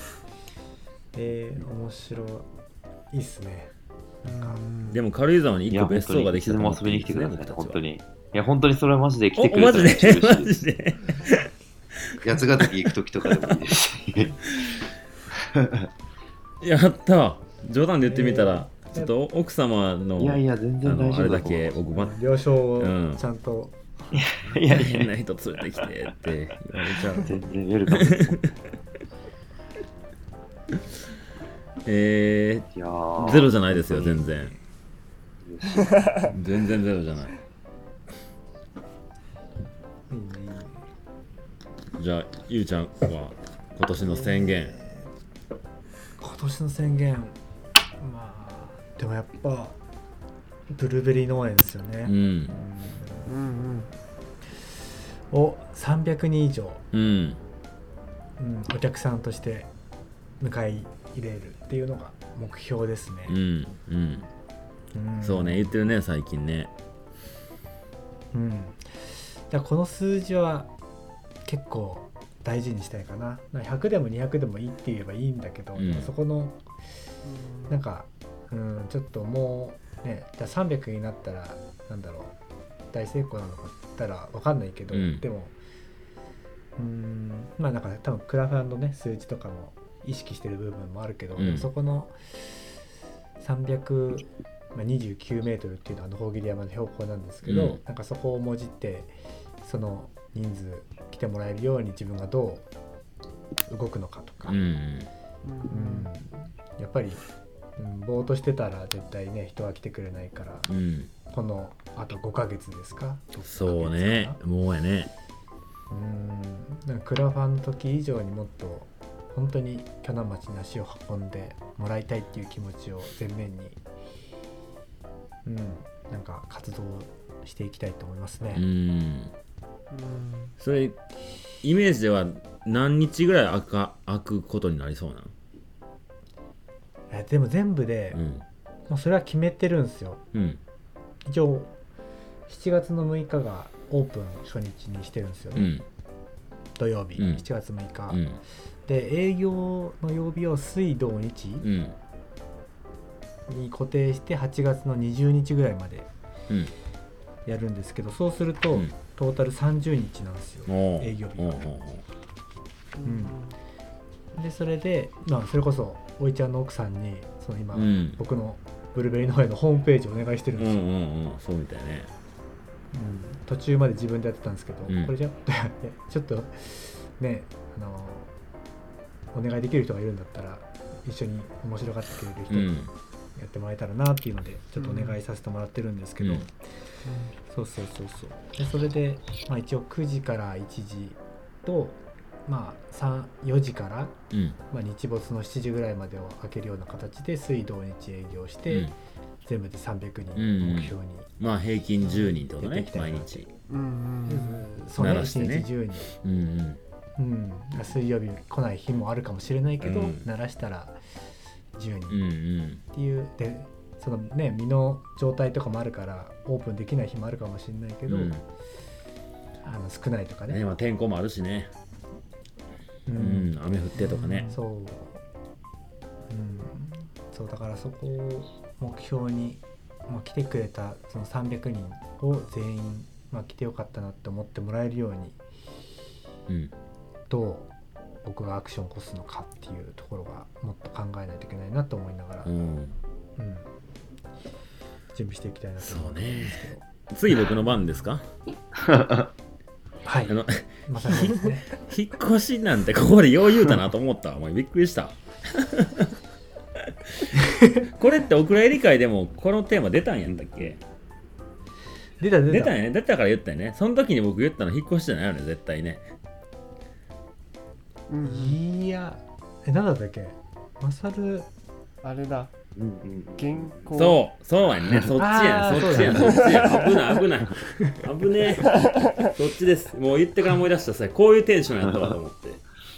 面白いいっすね。なんかでも軽井沢にいや一個別荘ができたと思本当にいつでも遊びに来てくださいね、 僕たちは本当に。いや本当にそれはマジで来てくれたらおマジで嬉しいマです。 ジで八ヶ岳行く時とかでもいいですし。 やった冗談で言ってみたら、ちょっと奥様のいやいや全然大あれだ丈夫だと思うけ僕了承をうんちゃんと、 いやいや変な人連れてきてって言われちゃう全然ウェルカムです。いやーゼロじゃないですよ全然全然ゼロじゃない。 いいねいいね。 じゃあゆうちゃんは今年の宣言。 今年の宣言、まあでもやっぱブルーベリー農園ですよね。 うんうんうんを300人以上、 うんお客さんとして迎え入れるっていうのが目標ですね。 うんうんうんそうね言ってるね最近ね。 うん、だからこの数字は結構大事にしたいかな。100でも200でもいいって言えばいいんだけど、 うんそこのなんか、ちょっともうね、じゃあ300になったらなんだろう大成功なのかって言ったら分かんないけど、でもまあなんか多分クラファンのね数値とかも意識してる部分もあるけど、でもそこの329メートルっていうのは大切山の標高なんですけど、なんかそこをもじってその人数来てもらえるように自分がどう動くのかとか、やっぱり、ぼーっとしてたら絶対ね人は来てくれないから、このあと5ヶ月ですか。 そうねもうやね。 なんかクラファンの時以上にもっと本当に鋸南町に足を運んでもらいたいっていう気持ちを前面に、なんか活動していきたいと思いますね。 それイメージでは何日ぐらい開くことになりそうなん？ でも全部で、もうそれは決めてるんですよ。一応7月の6日がオープン初日にしてるんですよね。土曜日、7月6日、で営業の曜日を水土日に固定して8月の20日ぐらいまでやるんですけど、そうすると、トータル30日なんですよ営業日が。でそれで、それこそおいちゃんの奥さんにその今、僕のブルーベリー農園のホームページをお願いしてるんですよ。 そうみたいね。 途中まで自分でやってたんですけど、これじゃちょっとねお願いできる人がいるんだったら一緒に面白がってくれる人にやってもらえたらなっていうのでちょっとお願いさせてもらってるんですけど、そうでそれで、一応9時から1時と、4時から、日没の7時ぐらいまでを開けるような形で水土日営業して、全部で300人目標に、 平均10人ってことね毎日。 そうね、 鳴らしてね 1日10人、水曜日来ない日もあるかもしれないけど、鳴らしたら10人っていう、でそのね身の状態とかもあるからオープンできない日もあるかもしれないけど、少ないとかね、 天候もあるしね、雨降ってとかね、 そうだからそこを目標に、来てくれたその300人を全員、来てよかったなって思ってもらえるように、どう僕がアクションを起こすのかっていうところがもっと考えないといけないなと思いながら、準備していきたいなと思うんですけど。 次僕の番ですか？ はい、まさにですね。 引っ越しなんてここでよう言うたなと思った。もうびっくりした。 これってお蔵入り会でもこのテーマ出たんやったっけ？ 出た出たんやね。出たから言ったよね。その時に僕言ったの引っ越しじゃないよね、絶対ね。 いや何だったっけ、マサルあれだ、原稿。 そうやんね。そっちやん、そっちやん、そっちやん。危ない危ない危ねえ。そっちです。もう言ってから思い出したさ、こういうテンションやったわと思って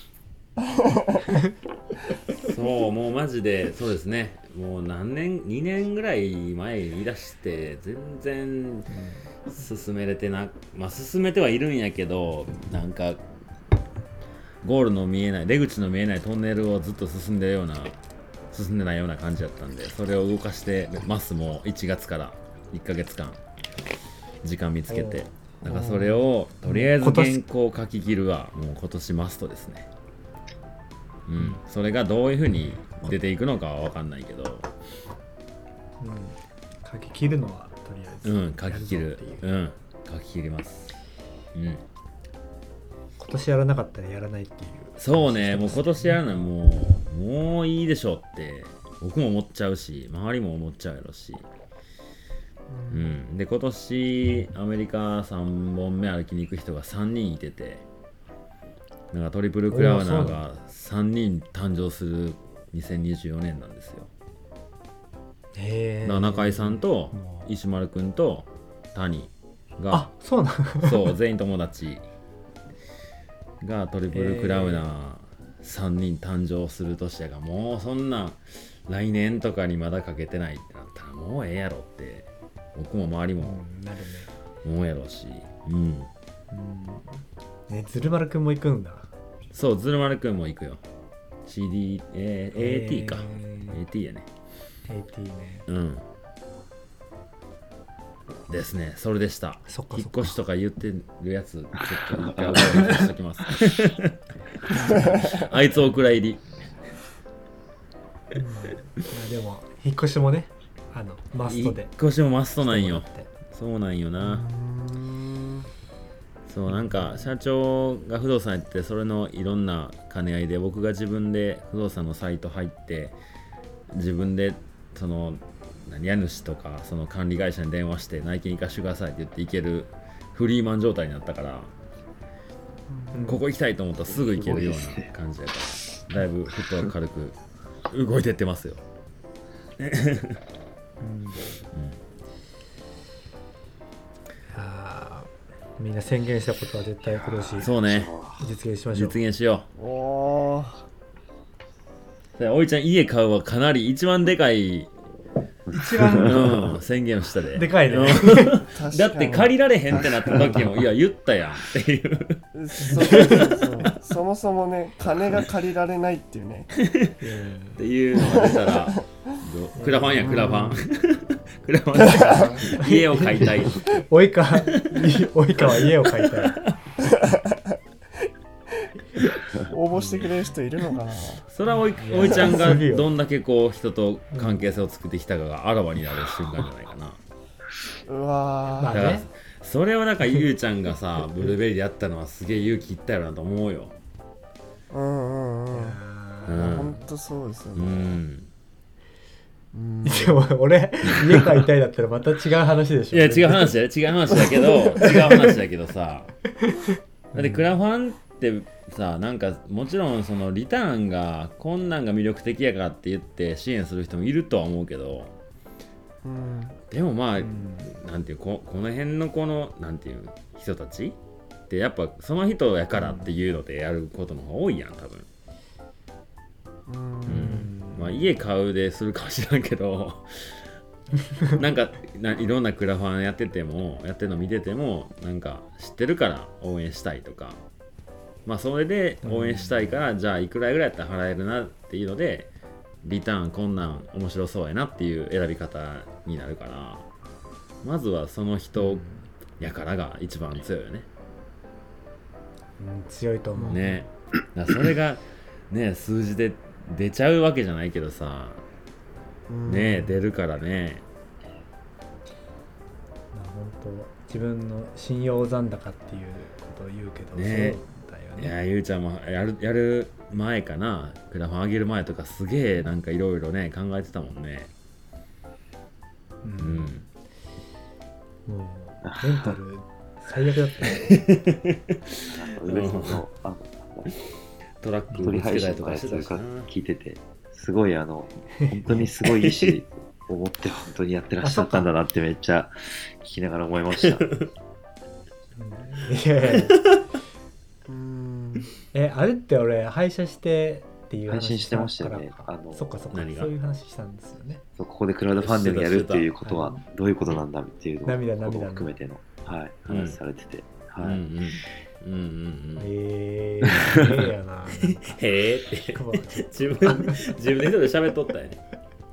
そうもうマジでそうですね。もう何年2年ぐらい前に言い出して全然進めれてな、まあ進めてはいるんやけど、なんかゴールの見えない出口の見えないトンネルをずっと進んでないような感じだったんで、それを動かしてますもう1月から1ヶ月間時間見つけて、なんかそれをとりあえず原稿を書き切るはもう今年マストですね。それがどういう風に出ていくのかは分かんないけど、 書き切るのはとりあえず書き切る、書き切ります。 今年やらなかったらやらないっていう。 そうね、もう今年やるのはもういいでしょって僕も思っちゃうし、周りも思っちゃうやろし、で今年アメリカ3本目歩きに行く人が3人いてて、なんかトリプルクラウナーが3人誕生する2024年なんですよ。だから中井さんと石丸くんと谷が、 そうなのそう全員友達がトリプルクラウナー3人誕生する年やが、もうそんな来年とかにまだかけてないってなったらもうええやろって僕も周りも思うやろうし、 鶴丸くんも行くんだ。 そう鶴丸くんも行くよ。 AT か、AT やね。 AT ね。 ですね。それでした。引っ越しとか言ってるやつちょっと一回覚えてしときますあいつお蔵入りでも引っ越しもね、マストで。 引っ越しもマストなんよ。そうなんよな。そうなんか社長が不動産やって、それのいろんな兼ね合いで僕が自分で不動産のサイト入って自分でその家主とかその管理会社に電話して内見行かしてくださいって言って行けるフリーマン状態になったから、ここ行きたいと思ったらすぐ行けるような感じやから、だいぶフットワーク軽く動いてってますよみんな宣言したことは絶対今年そうね、 実現しましょう。 実現しよう。おいちゃん家買うはかなり一番でかい一番、 宣言をしたで。 でかいねだって借りられへんってなった時もいや言ったやんっていうそうそもそもね、金が借りられないっていうねっていうのが出たらクラファンやクラファンクラファン家を買いたい及川家を買いたい応募してくれる人いるのかな。 それはおいちゃんがどんだけこう人と関係性を作ってきたかがあらわになる瞬間じゃないかな。 うわだからそれをなんかゆうちゃんがさブルーベリーでやったのはすげえ勇気いったやろなと思うよ。 本当そうですよね。 でも俺家買いたいだったらまた違う話でしょ。 いや違う話だけどさだってクラファンってさ、なんかもちろんそのリターンがこんなんが魅力的やからって言って支援する人もいるとは思うけど、でもまあ、なんていうこの辺のこのなんていう人たちってやっぱその人やからっていうのでやることの方が多いやん多分。まあ家買うでするかもしれんけどなんかいろんなクラファンやってるの見ててもなんか知ってるから応援したいとか、まあそれで応援したいからじゃあいくらぐらいやったら払えるなっていうのでリターンこんなん面白そうやなっていう選び方になるから、まずはその人やからが一番強いよね。 強いと思うね。だからそれがね数字で出ちゃうわけじゃないけどさ、ね出るからね。 本当自分の信用残高っていうことを言うけどね。 そうだよね。 いやゆうちゃんもやる前かな、クラファン上げる前とかすげえなんかいろいろね考えてたもんね。 もうメンタル最悪だったね。 梅さんのトラック取りぶつけたり配信とかやつとかしてたしな。 聞いてて、すごい本当にすごい意志を持って本当にやってらっしゃったんだなってめっちゃ聞きながら思いました。 いやいやあれって俺廃車してっていう配信してましたよねからかそっかそっか、そう何がいう話したんですよね。 そうここでクラウドファンディングやるっていうことははどういうことなんだっていう涙ことを含めての、はい、話されてて、はい、 ええやな。 へえって自分で一人で喋っとったよね。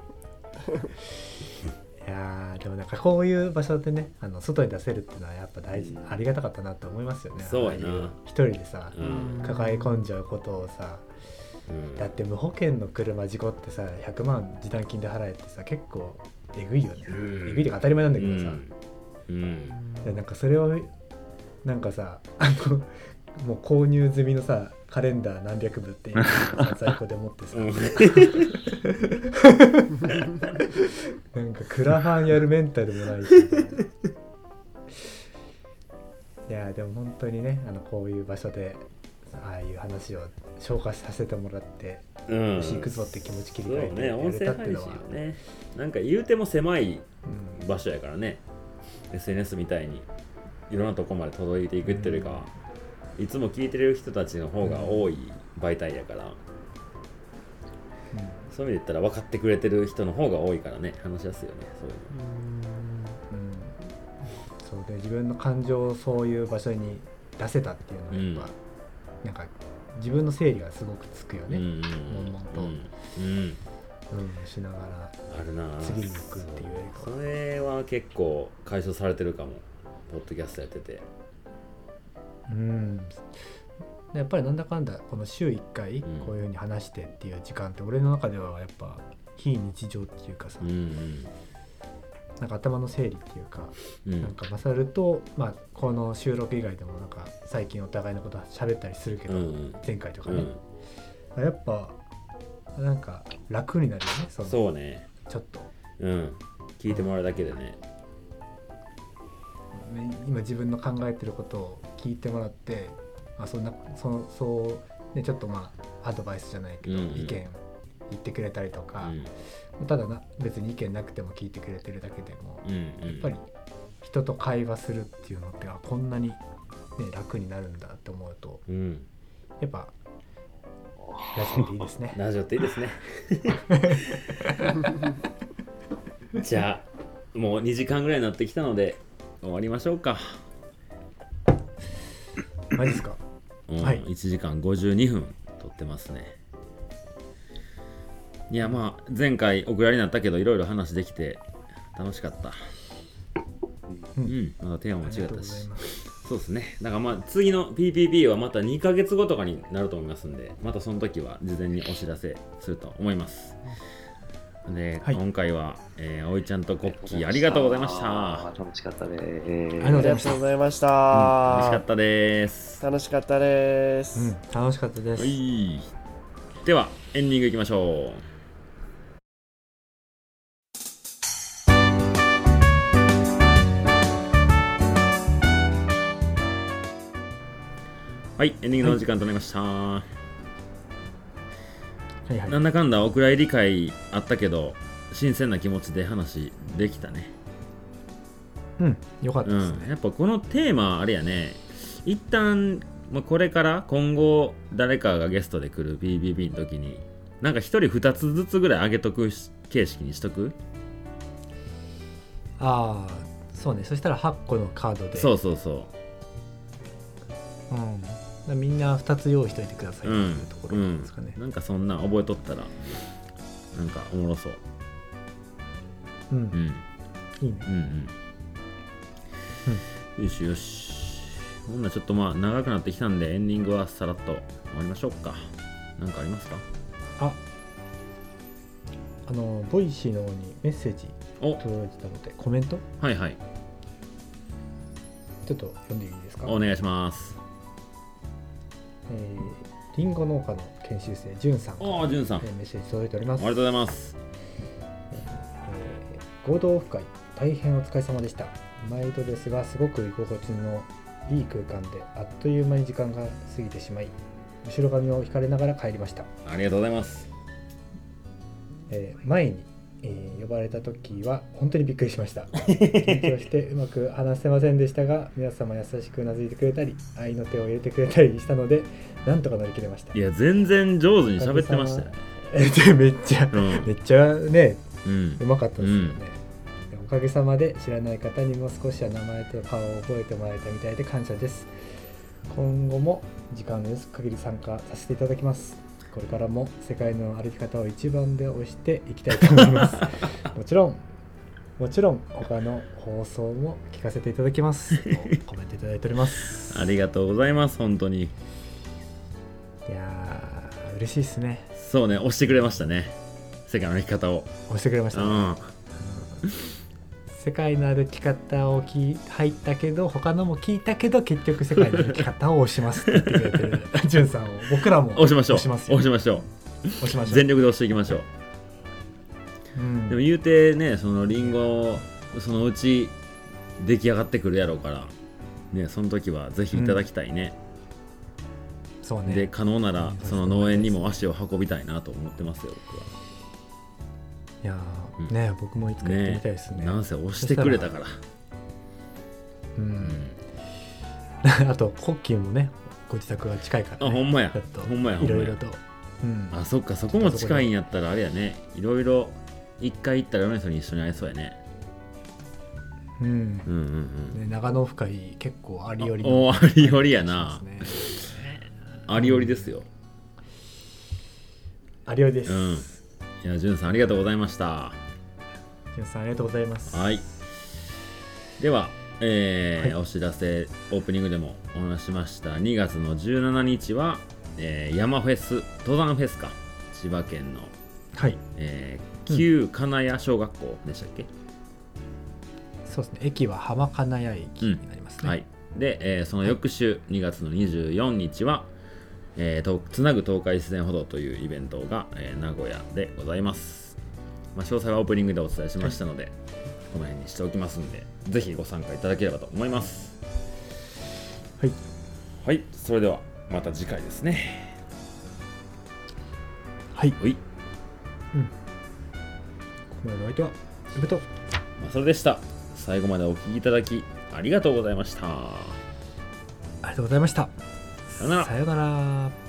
いやでもなんかこういう場所でね外に出せるっていうのはやっぱ大事、ありがたかったなって思いますよね。 そうやな。 一人でさ、 うん抱え込んじゃうことをさ、だって無保険の車事故ってさ100万示談金で払えってさ結構えぐいよね。えぐいって当たり前なんだけどさ、でなんかそれをなんかさもう購入済みのさカレンダー何百部っていうさ在庫で持ってさなんかクラファンやるメンタルもないしいやでも本当にねこういう場所でああいう話を消化させてもらってよし行くぞって気持ち切り替えてやれたっていうのは、 音声配信ね、なんか言うても狭い場所やからね、SNS みたいにいろんなとこまで届いていくっていうよりかは、いつも聞いてる人たちの方が多い媒体やから、そういう意味で言ったら分かってくれてる人の方が多いからね、話しやすいよね、そういうの。 そうで自分の感情をそういう場所に出せたっていうのはやっぱ、なんか自分の整理がすごくつくよね。悶々としながらあるな、 次に行くっていうよりかは。 それは結構解消されてるかも、ポッドキャストやってて。 やっぱりなんだかんだこの週1回こういう風に話してっていう時間って俺の中ではやっぱ非日常っていうかさ、なんか頭の整理っていうか、なんか勝ると、この収録以外でもなんか最近お互いのこと喋ったりするけど、前回とかね、やっぱなんか楽になるよね。 そうね、 ちょっと聞いてもらうだけでね、 今自分の考えてることを聞いてもらって、そうね、ちょっとアドバイスじゃないけど、意見言ってくれたりとか、ただ別に意見なくても聞いてくれてるだけでも、やっぱり人と会話するっていうのってこんなに、ね、楽になるんだって思うと、やっぱラジオっていいですね。 ラジオっていいですね。じゃあもう2時間ぐらいになってきたので終わりましょうか。 マジですか。はい、 1時間52分撮ってますね。いや前回お蔵になったけどいろいろ話できて楽しかった。まだテーマも違ったし、そうですね。だから次の PPP はまた2ヶ月後とかになると思いますんで、またその時は事前にお知らせすると思います。で、今回は、おいちゃんとコッキーありがとうございました。 楽しかったね。 ありがとうございました。 楽しかったです。 楽しかったです。 楽しかったです。 ではエンディングいきましょう。はい、エンディングの時間となりました。なんだかんだお蔵入り会あったけど新鮮な気持ちで話できたね。 よかったですね。 やっぱこのテーマあれやね、一旦これから今後誰かがゲストで来る BBB の時になんか1人2つずつぐらい上げとく形式にしとく。 そうね。そしたら8個のカードで、みんな2つ用意しといてくださいというところなんですかね。 なんかそんな覚えとったらなんかおもろそう。 いいね。 よしよし。ほんならちょっと長くなってきたんでエンディングはさらっと終わりましょうか。なんかありますか？ ボイシーの方にメッセージ届いてたのでコメント、 はいはい、 ちょっと読んでいいですか？ お願いします。 リンゴ農家の研修生じゅんさんからメッセージ届いております。 ありがとうございます。 合同オフ会大変お疲れ様でした。 毎度ですがすごく居心地のいい空間であっという間に時間が過ぎてしまい、後ろ髪を引かれながら帰りました。 ありがとうございます。 前に、呼ばれた時は本当にびっくりしました。緊張してうまく話せませんでしたが、皆様優しくうなずいてくれたり愛の手を入れてくれたりしたので、なんとか乗り切れました。 いや全然上手に喋ってましたよね。 めっちゃ、めっちゃね、うまかったですよね。おかげさまで知らない方にも少しは名前と顔を覚えてもらえたみたいで感謝です。今後も時間の許す限り参加させていただきます。これからも世界の歩き方を一番で推していきたいと思います。もちろん他の放送も聞かせていただきますとコメントいただいております。 ありがとうございます。本当に。 いやー嬉しいですね。 そうね、押してくれましたね。世界の歩き方を押してくれましたね。世界の歩き方を入ったけど他のも聞いたけど結局世界の歩き方を押しますって言ってくれてるジュンさんを僕らも押しましょう。 押しましょう。 全力で押していきましょう。でも言うてね、そのリンゴそのうち出来上がってくるやろうからね、その時はぜひいただきたいね。 そうね。 で可能ならその農園にも足を運びたいなと思ってますよ、僕は。 いやー、ね、僕もいつか行ってみたいですね。 なんせ押してくれたから。 あとコッキーもね、ご自宅が近いから、ね。 あ、ほんまや。ほんまや。 いろいろと。 あ、そっか、そこも近いんやったらあれやね。いろいろ一回行ったらヨネさんに一緒に会えそうやね。長野オフ会結構ありよりの。ありよりやな。ありよりですよ。 ありよりです。 いや、じゅんさんありがとうございました。 じゅんさんありがとうございます。 はい。では、お知らせオープニングでもお話しました2月の17日は、山フェス、登山フェスか、千葉県の、旧金谷小学校でしたっけ？ そうですね。駅は浜金谷駅になりますね。 で、その翌週2月の24日はつなぐ東海自然歩道というイベントが、名古屋でございます。詳細はオープニングでお伝えしましたので、この辺にしておきますので、ぜひご参加いただければと思います。はい、それではまた次回ですね。 はい。ここまでの相手はイベントマサルでした。最後までお聞きいただきありがとうございました。 ありがとうございました。 さよなら。 さよなら。